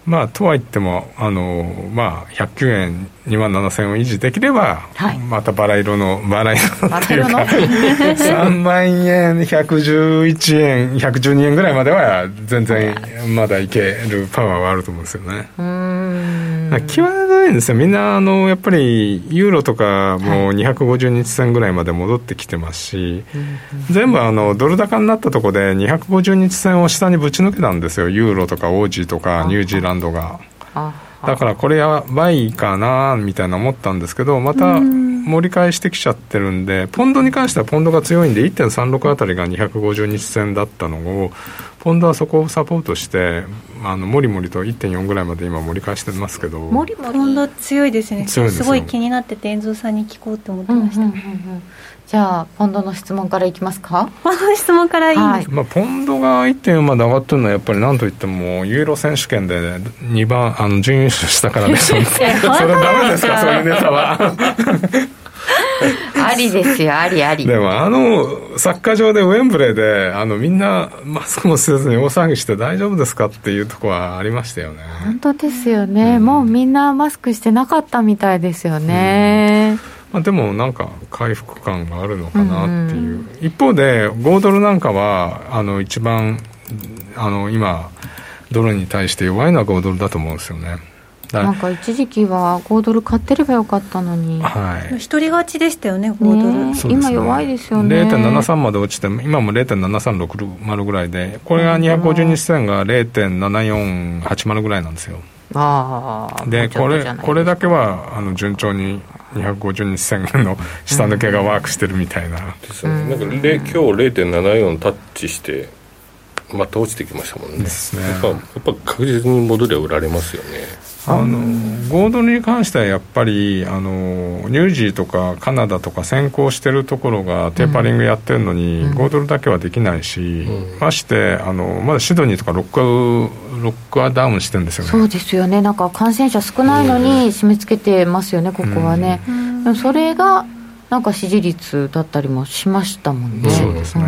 まあ、とはいってもあの、まあ、ひゃくきゅうえんにまんななせんえんを維持できれば、はい、またバラ色のバラ色のっていうかさんまんえんひゃくじゅういちえんひゃくじゅうにえんぐらいまでは全然まだいけるパワーはあると思うんですよね。うーん、際どいんですよ。みんなあのやっぱりユーロとかもにひゃくごじゅうにちせんぐらいまで戻ってきてますし、はい、全部あのドル高になったところでにひゃくごじゅうにちせんを下にぶち抜けたんですよ。ユーロとかオージーとかニュージーランドが。だからこれやばいかなみたいな思ったんですけど、また盛り返してきちゃってるんで、ポンドに関してはポンドが強いんで いってんさんろく あたりがにひゃくごじゅうにちせんだったのを、ポンドはそこをサポートしてあのもりもりと いってんよん ぐらいまで今盛り返してますけど、 もりもりポンド強いですね。強いですよ。すごい気になってて遠蔵さんに聞こうって思ってました、うんうんうんうん。 じゃあポンドの質問からいきますか。 ポンドの質問からいいんですか。 はい、まあ、ポンドが いってんよん まで上がってるのはやっぱり何といってもユーロ選手権でにばんあの準優勝したからでしょ。それダメですか、そういうネタは。 ありですよ、ありあり。 でもあのサッカー場でウェンブレーであのみんなマスクもせずに大騒ぎして大丈夫ですかっていうところはありましたよね。 本当ですよね、うん、もうみんなマスクしてなかったみたいですよね、うん、 まあ、でもなんか回復感があるのかなっていう、うんうん、一方でごドルなんかはあの一番あの今ドルに対して弱いのはごドルだと思うんですよね。 なんか一時期はごドル買ってればよかったのに、 はい、一人勝ちでしたよねごドル、ね、 今弱いですよね。 ゼロてんななさん まで落ちて今も ゼロてんななさんろくゼロ ぐらいで、これがにひゃくごじゅうにちせんが ゼロてんななよんはちゼロ ぐらいなんですよ。あでこれこれだけはあの順調ににひゃくごじゅうにちせんの下抜けがワークしてるみたいな、 うん、なんか今日 ゼロてんななよん タッチしてまた落ちてきましたもんね。ですね。やっぱ、やっぱ確実に戻りは売られますよね。 あのごドルに関してはやっぱりあのニュージーとかカナダとか先行してるところがテーパリングやってるのに、うん、ごドルだけはできないし、うん、ましてあのまだシドニーとかロックロックはダウンしてるんですよね。 そうですよね。なんか感染者少ないのに締め付けてますよね、ここはね、うん、それがなんか支持率だったりもしましたもんね。 そうですね、うん、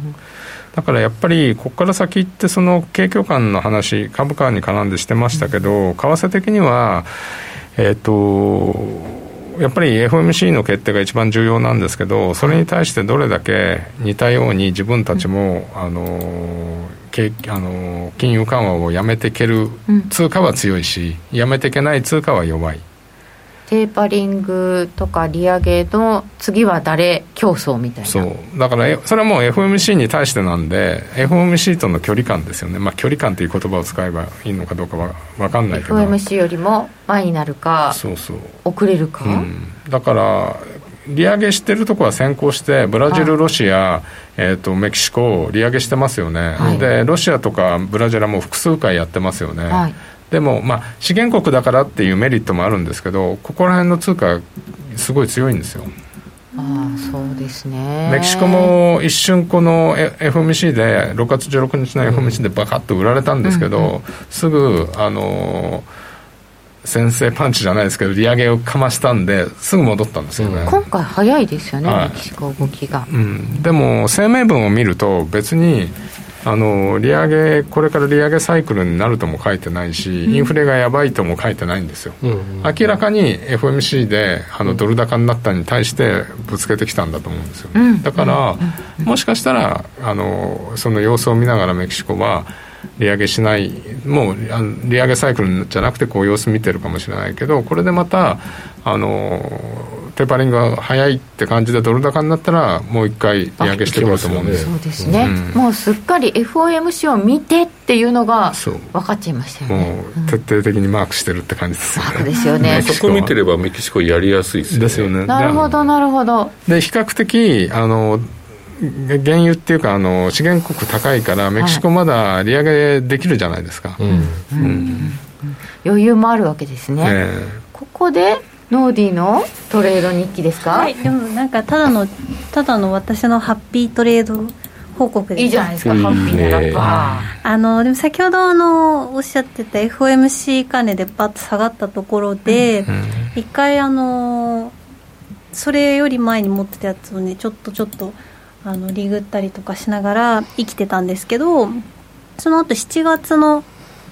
だからやっぱりここから先ってその景況感の話株価に絡んでしてましたけど、為替的にはえっとやっぱり エフオーエムシー の決定が一番重要なんですけど、それに対してどれだけ似たように自分たちも、うん、あのあの金融緩和をやめていける通貨は強いし、うん、やめていけない通貨は弱い。 テーパリングとか利上げの次は誰競争みたいな。 そうだからそれはもう エフオーエムシー に対してなんで エフオーエムシー との距離感ですよね。まあ距離感という言葉を使えばいいのかどうかは分かんないけどエフオーエムシー よりも前になるかそうそう遅れるか、うん、 だから利上げしてるところは先行してブラジル、ロシア、えー、とメキシコ利上げしてますよね、はい、でロシアとかブラジルはもう複数回やってますよね、はい、でも、まあ、資源国だからっていうメリットもあるんですけど、ここら辺の通貨すごい強いんですよ。 ああそうですね。 メキシコも一瞬この エフオーエムシー でろくがつじゅうろくにちの エフオーエムシー でバカッと売られたんですけど、うんうん、すぐあの先制パンチじゃないですけど利上げをかましたんですぐ戻ったんですよね、うん、 今回早いですよね、はい、メキシコ動きが、 うん、でも声明文を見ると別にあの利上げこれから利上げサイクルになるとも書いてないし、インフレがやばいとも書いてないんですよ、うんうん、明らかに エフオーエムシー であのドル高になったに対してぶつけてきたんだと思うんですよ、ね、うん、だから、うん、もしかしたらあのその様子を見ながらメキシコは利上げしない、もう利上げサイクルじゃなくてこう様子見てるかもしれないけど、これでまたあのテーパリングが早いって感じでドル高になったらもう一回利上げしてくると思うんですよ。 そうですね、うん、もうすっかり エフオーエムシー を見てっていうのが分かっちゃいましたよね。 もう徹底的にマークしてるって感じですよね、 うん、ですよね。 そこ見てればメキシコやりやすいですよね。 ですよね。 なるほどなるほど。 で比較的あの原油っていうかあの資源国高いからメキシコまだ利上げできるじゃないですか、はいうんうんうん、余裕もあるわけですね、えー、ここでノーディーのトレード日記ですか。 はい、でもなんかただのただの私のハッピートレード報告です。 いいじゃないですか、ハッピーなラッパー。あのでも先ほどあのおっしゃってた エフオーエムシー 金でパッと下がったところで、うん、一回あのそれより前に持ってたやつをねちょっとちょっとあのリグったりとかしながら生きてたんですけど、その後しちがつの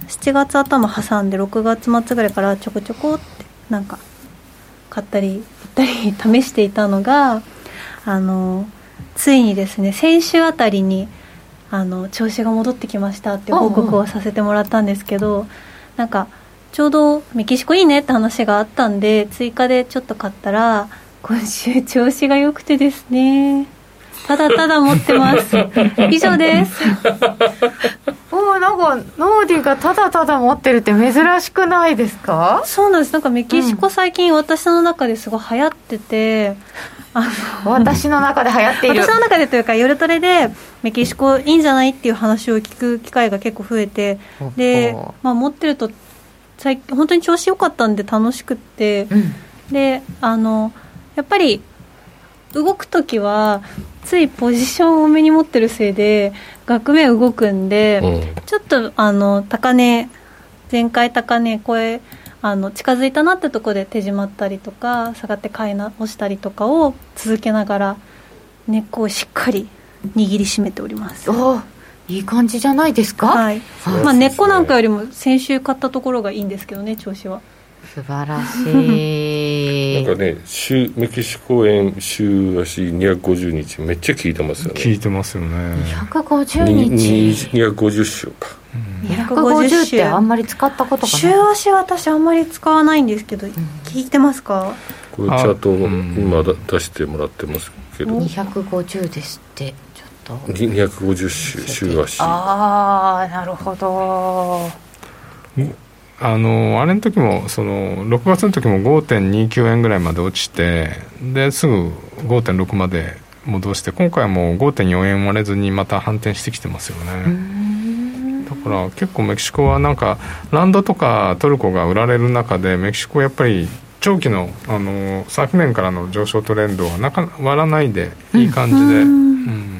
しちがつ頭挟んでろくがつ末ぐらいからちょこちょこってなんか買ったり売ったり試していたのが、あのついにですね先週あたりにあの調子が戻ってきましたっていう報告をさせてもらったんですけど、うんうん、なんかちょうどメキシコいいねって話があったんで追加でちょっと買ったら今週調子が良くてですね、ただただ持ってます以上ですおー、なんかノーディがただただ持ってるって珍しくないですか？ そうなんです。なんかメキシコ最近私の中ですごい流行ってて、 うん、あの私の中で流行っている私の中でというか夜トレでメキシコいいんじゃないっていう話を聞く機会が結構増えて、で、まあ、持ってると最近本当に調子良かったんで楽しくって、うん、であのやっぱり動くときはついポジションを多めに持ってるせいで額面動くんで、うん、ちょっとあの高値前回高値超えあの近づいたなってとこで手締まったりとか下がって買い直したりとかを続けながら根っこをしっかり握りしめております。 おいい感じじゃないですか？ はい、まあ、根っこなんかよりも先週買ったところがいいんですけどね、調子は。 素晴らしいなんかね週メキシコ円週足にひゃくごじゅうにちめっちゃ効いてますよね。 効いてますよね。 にひゃくごじゅうにちにひゃくごじゅっ週か、 うん、にひゃくごじゅうってあんまり使ったことがない。 週足は私あんまり使わないんですけど、うん、聞いてますか？ これチャートを今出してもらってますけどにひゃくごじゅうですって。ちょっとにひゃくごじゅっ週週足。 ああなるほど。 あのあれの時もそのろくがつの時も ごてんにきゅう 円ぐらいまで落ちて、ですぐ ごてんろく まで戻して、今回はもう ごてんよん 円割れずにまた反転してきてますよね。だから結構メキシコはなんかランドとかトルコが売られる中でメキシコはやっぱり長期 の, あの昨年からの上昇トレンドはなか割らないでいい感じで、うんうん、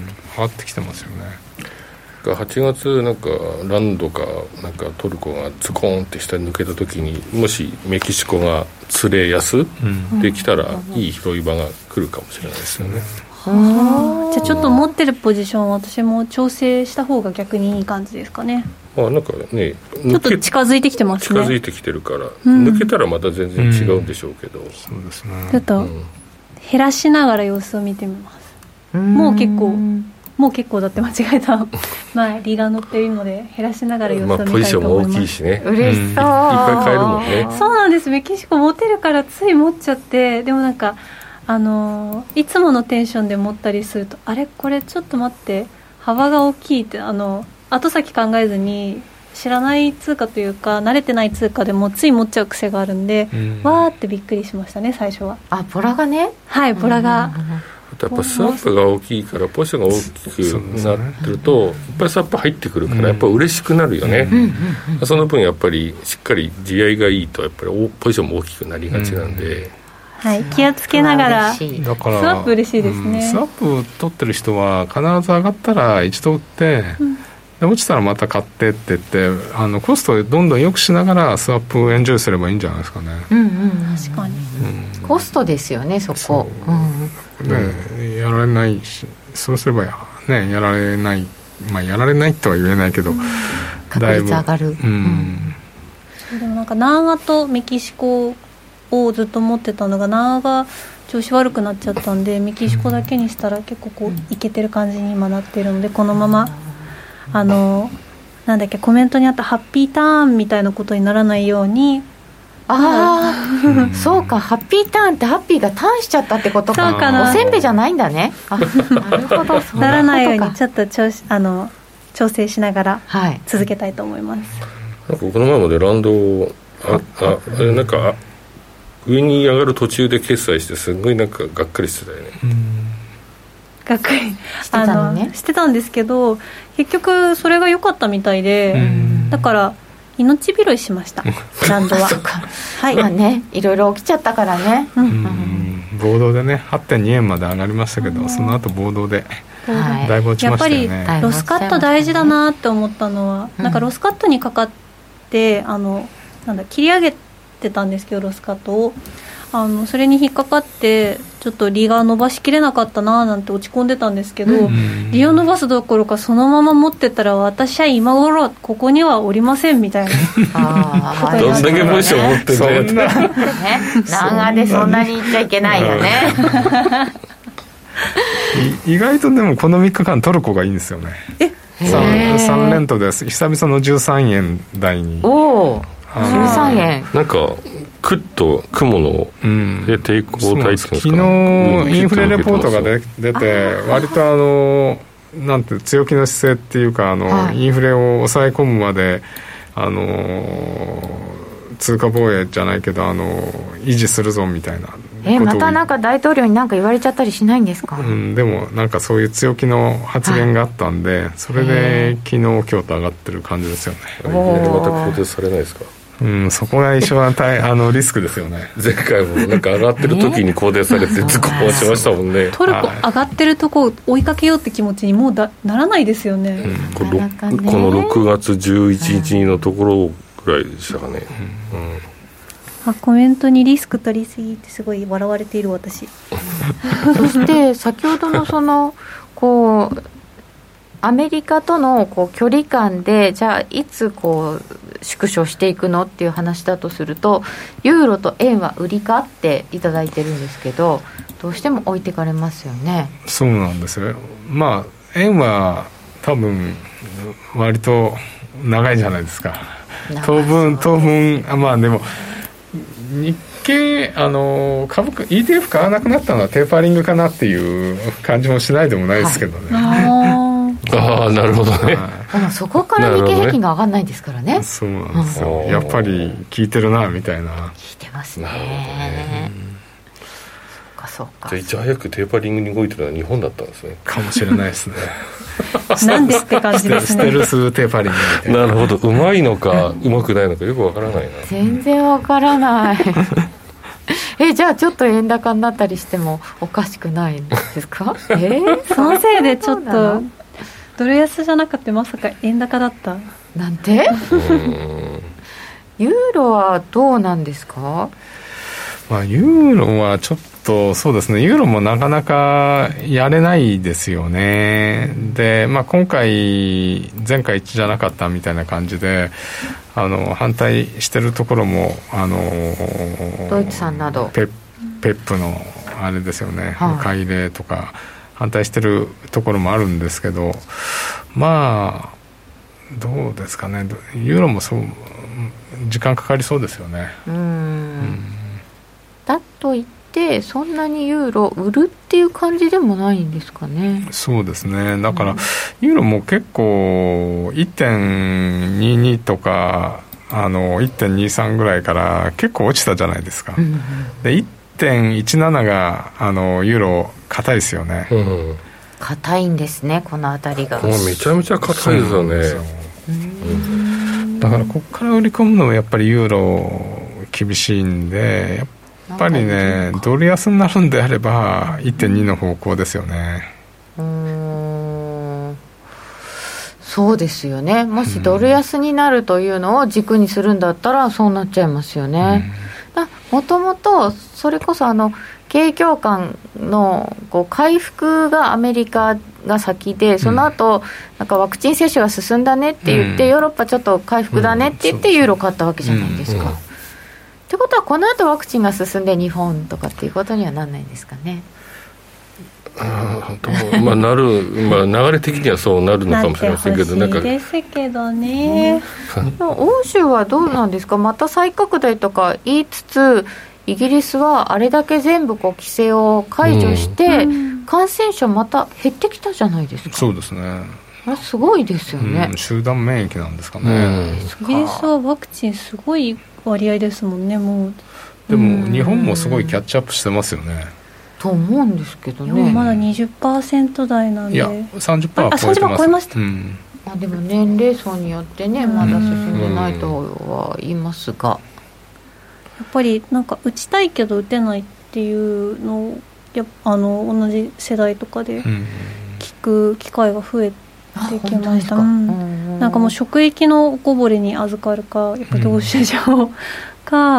上がってきてますよね。 はちがつなんかランドかなんかトルコがズコーンって下に抜けた時にもしメキシコが釣れ安、うん、できたらいい拾い場が来るかもしれないですよね。 はじゃあちょっと持ってるポジションを私も調整した方が逆にいい感じですかね。 まあ、なんかねちょっと近づいてきてますね。 近づいてきてるから、うん、抜けたらまた全然違うんでしょうけど、うん、 そうですね。 ちょっと減らしながら様子を見てみます。うん、もう結構もう結構だって間違えたまあ利が乗っているので減らしながら様子を見たいと思います。まあ、ポジションも大きいしね、 嬉しそう、うん、いっぱい買えるもんね。 そうなんです。メキシコ持てるからつい持っちゃって、でもなんかあのいつものテンションで持ったりすると、あれこれちょっと待って幅が大きいって、あの後先考えずに知らない通貨というか慣れてない通貨でもつい持っちゃう癖があるんで、うん、わーってびっくりしましたね最初は。 あボラがね、 はいボラが、うんやっぱスワップが大きいからポジションが大きくなってると、ね、やっぱりスワップ入ってくるからやっぱ嬉しくなるよね、うん、その分やっぱりしっかり地合いがいいとやっぱりポジションも大きくなりがちなんで、うんはい、気をつけながらだからスワップ嬉しいですね、 うん、スワップ取ってる人は必ず上がったら一度売って、うん、で落ちたらまた買ってって言ってあのコストをどんどん良くしながらスワップをエンジョイすればいいんじゃないですかね。 うんうん確かに、 うん、コストですよねそこそう、うんね、やられないしそうすればねやられないまあやられないとは言えないけど、うん、 確率上がる、うんうん、でもなんかナーガとメキシコをずっと持ってたのがナーガ調子悪くなっちゃったんでメキシコだけにしたら結構こういけてる感じに今なってるので、このままあのなんだっけコメントにあったハッピーターンみたいなことにならないように。 ああそうかハッピーターンってハッピーがターンしちゃったってことか。 そうかな、 おせんべいじゃないんだね。あなるほどならないようにちょっと調あの調整しながら続けたいと思います、はい、 なんかこの前までランドをあああれなんか上に上がる途中で決済してすごいなんかがっかりしてたよね。うんがっかりしてたのね。 あのしてたんですけど結局それが良かったみたいで、だから命拾いしましたランドは。 そうか、はい、まあねいろいろ起きちゃったからね、うんうん、 暴動でね はってんに 円まで上がりましたけど、うん、その後暴動でだいぶ落ちましたよね。 やっぱりロスカット大事だなって思ったのは、うん、なんかロスカットにかかってあのなんだ切り上げてってたんですけどロスカットをあのそれに引っかかってちょっと利が伸ばしきれなかったななんて落ち込んでたんですけど、うん、利を伸ばすどころかそのまま持ってたら私は今頃ここにはおりませんみたいなあどんだけポジション持ってるんだよって長でそんなに言っちゃいけないよね意外とでもこのみっかかんトルコがいいんですよね。え 3, さん連投です久々のじゅうさんえん台に。 おおじゅうさんえんなんかクッと雲ので抵抗体っていうんですか、 昨日インフレレポートが出て割とあのなんて強気の姿勢っていうかあの、はい、インフレを抑え込むまであの通貨防衛じゃないけどあの維持するぞみたいなえまたなんか大統領に何か言われちゃったりしないんですか、 うん、でもなんかそういう強気の発言があったんで、はい、それで昨日今日と上がってる感じですよね。 また更迭されないですか。 うん、そこが一番大あのリスクですよね。 前回もなんか上がってる時に更迭されてズコーしましたもんね。 トルコ上がってるとこを追いかけようって気持ちにもうだならないですよね、 うん、こ, ねこのろくがつじゅういちにちのところぐらいでしたかね、うんうんあコメントにリスク取りすぎってすごい笑われている私そして先ほどのそのこうアメリカとのこう距離感でじゃあいつこう縮小していくのっていう話だとするとユーロと円は売りかっていただいてるんですけどどうしても置いてかれますよね。 そうなんですよ。まあ円は多分割と長いじゃないですか。当分当分まあでも日経あの株 イーティーエフ 買わなくなったのはテーパリングかなっていう感じもしないでもないですけどね、 はい、ああなるほどね、 はい、そこから日経平均が上がらないですからね。 そうなんですよ、うん、やっぱり効いてるなみたいな。効いてますね。なるほどね、そうかそうか。 じゃあいち早くテーパリングに動いてるのは日本だったんですね。 かもしれないですねなんでって感じですね。 ステルステーパリングみたいな。 なるほど。うまいのかうまくないのかよくわからないな。 全然わからないえじゃあちょっと円高になったりしてもおかしくないんですかえー、 そのせいでちょっとドル安じゃなくてまさか円高だったなんてユーロはどうなんですか。 まあ、ユーロはちょっとそうですねユーロもなかなかやれないですよね。で、まあ、今回前回一致じゃなかったみたいな感じであの反対してるところもあのドイツさんなどペ, ペップのあれですよね、はい、買い入れとか反対してるところもあるんですけどまあどうですかねユーロもそう時間かかりそうですよね。うん、うんだといってそんなにユーロ売るっていう感じでもないんですかね。 そうですねだから、うん、ユーロも結構 いってんにに とかあの いってんにさん ぐらいから結構落ちたじゃないですか、うん、で いってんいちなな があのユーロ硬いですよね。 硬、うん、いんですねこのあたりが。 このめちゃめちゃ硬いですよね。 うん、だからここから売り込むのもやっぱりユーロ厳しいんでやっぱやっぱりねドル安になるんであれば いってんに の方向ですよね。 うーんそうですよね。もしドル安になるというのを軸にするんだったらそうなっちゃいますよね。もともとそれこそあの景況感のこう回復がアメリカが先でその後、うん、なんかワクチン接種が進んだねって言って、うん、ヨーロッパちょっと回復だねって言ってユーロ買ったわけじゃないですか、うんうんってことはこの後ワクチンが進んで日本とかっていうことにはならないんですかね。 あまあなる、まあ、流れ的にはそうなるのかもしれませんけどなってほしいですけどね、 うん、欧州はどうなんですか。また再拡大とか言いつつイギリスはあれだけ全部こう規制を解除して、うん、感染者また減ってきたじゃないですか。 そうですねあれすごいですよね、 うん、集団免疫なんですかね、うん、 イギリスはワクチンすごい割合ですもんね。もうでも日本もすごいキャッチアップしてますよねと思うんですけどね。 日本まだ にじゅっパーセント 台なんで。 いや さんじゅっパーセント 超えてます。あ、さんじゅっパーセント超えました、 うんあでも年齢層によってねまだ進んでないとは言いますがやっぱりなんか打ちたいけど打てないっていうのをやあの同じ世代とかで聞く機会が増えてきました、うん、なんかもう職域のおこぼれに預かるかやっぱ同種上か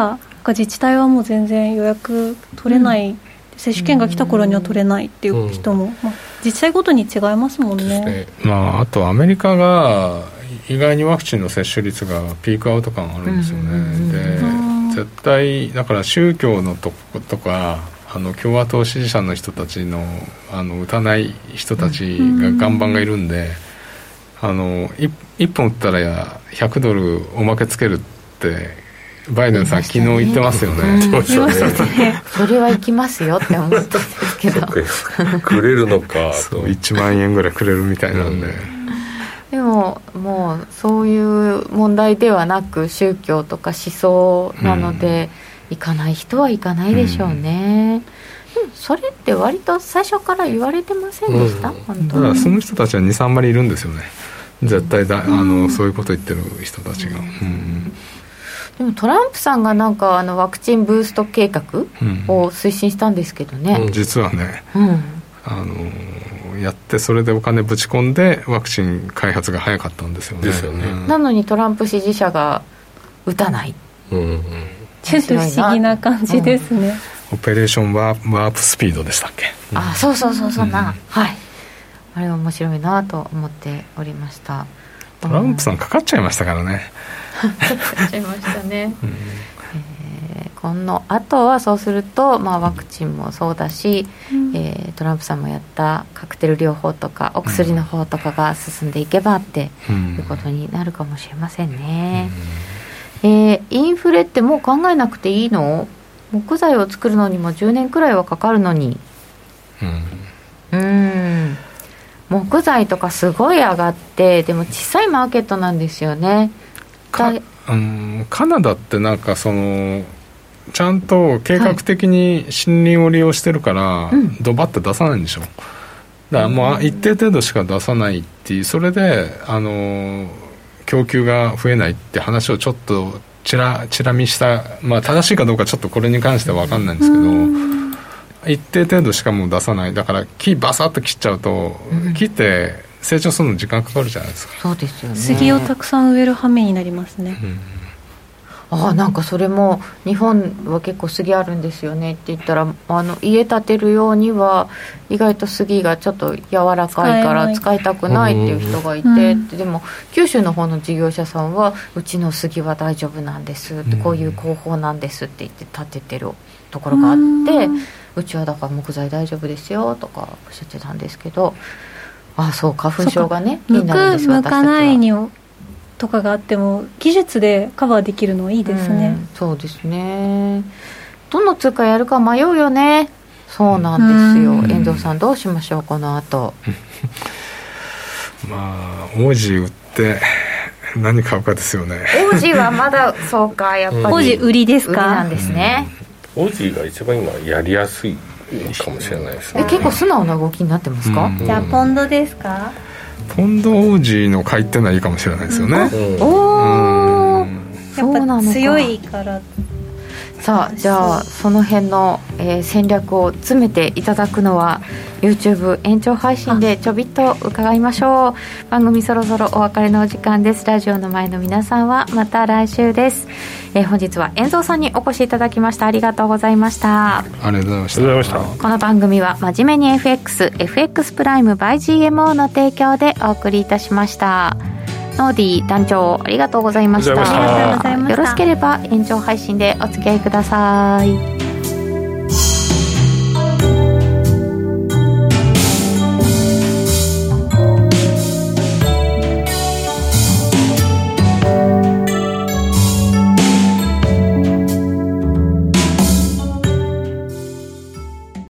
か自治体はもう全然予約取れない、うん、接種券が来た頃には取れないっていう人も、うんまあ、自治体ごとに違いますもんね。 ねまあ、あとアメリカが意外にワクチンの接種率がピークアウト感あるんですよね、うん、で絶対だから宗教のとことかあの共和党支持者の人たち の, あの打たない人たちが岩盤がいるんで、うん、あの い, いっぽん打ったらひゃくドルおまけつけるってバイデンさん、ね、昨日言ってますよね、うん、そうですねそれは行きますよって思ったんですけどくれるのかそういちまんえんぐらいくれるみたいなんで、うん、 でももうそういう問題ではなく宗教とか思想なので、うん、行かない人は行かないでしょうね、うん、でもそれって割と最初から言われてませんでした、うん、本当に。 だからその人たちは にさん 割いるんですよね絶対だ、うん、あのそういうこと言ってる人たちが、うんうんでもトランプさんがなんかあのワクチンブースト計画を推進したんですけどね、 うん、実はね、うん、あのやってそれでお金ぶち込んでワクチン開発が早かったんですよね。 ですよね、 うん、なのにトランプ支持者が打たない、うんうん、 ちょっと不思議な感じですね、 うん、オペレーションワープ、ワープスピードでしたっけ、 うん、あそうそうそうそんな、うん、はいあれ面白いなと思っておりました。 トランプさんかかっちゃいましたからねかかっちゃいましたね、うんえー、このあとはそうすると、まあ、ワクチンもそうだし、うんえー、トランプさんもやったカクテル療法とかお薬の方とかが進んでいけばっていうことになるかもしれませんね、うんえー、インフレってもう考えなくていいの？木材を作るのにもじゅうねんくらいはかかるのにうん、うん木材とかすごい上がってでも小さいマーケットなんですよね。 かうん、カナダってなんかそのちゃんと計画的に森林を利用してるから、はい、ドバッと出さないんでしょ。だからもう一定程度しか出さないっていうそれであの供給が増えないって話をちょっとちらちら見した、まあ、正しいかどうかちょっとこれに関しては分かんないんですけど一定程度しかもう出さないだから木バサッと切っちゃうと、うん、木って成長するの時間かかるじゃないですか。 そうですよね。 杉をたくさん植える羽目になりますね、 うん、あなんかそれも日本は結構杉あるんですよねって言ったらあの家建てるようには意外と杉がちょっと柔らかいから使いたくないっていう人がいて、うん、でも九州の方の事業者さんはうちの杉は大丈夫なんですって、うん、こういう工法なんですって言って建ててるところがあって、うん、うちはだから木材大丈夫ですよとかおっしゃってたんですけどあそう花粉症がね気になるんです向かないにとかがあっても技術でカバーできるのはいいですね、 うん、そうですね。どの通貨やるか迷うよね。そうなんですよ、うん、遠藤さんどうしましょうこの後まあオージー売って何買うかですよね。 オージーはまだそうかやっぱりオージー売りですか。 売りなんですね、 うん、オージーが一番今やりやすいかもしれないですね。 え結構素直な動きになってますか、うん、 じゃあポンドですか。 ポンドオージーの買いってのはいいかもしれないですよね、 うん、おおやっぱ強いからさあじゃあその辺の、えー、戦略を詰めていただくのは YouTube 延長配信でちょびっと伺いましょう。番組そろそろお別れのお時間です。ラジオの前の皆さんはまた来週です、えー、本日は遠藤さんにお越しいただきましたありがとうございました。 ありがとうございました。 この番組は真面目に エフエックス エフエックス プライム by ジーエムオー の提供でお送りいたしました。ノーディー団長ありがとうございました。 ありがとうございました。 よろしければ延長配信でお付き合いください。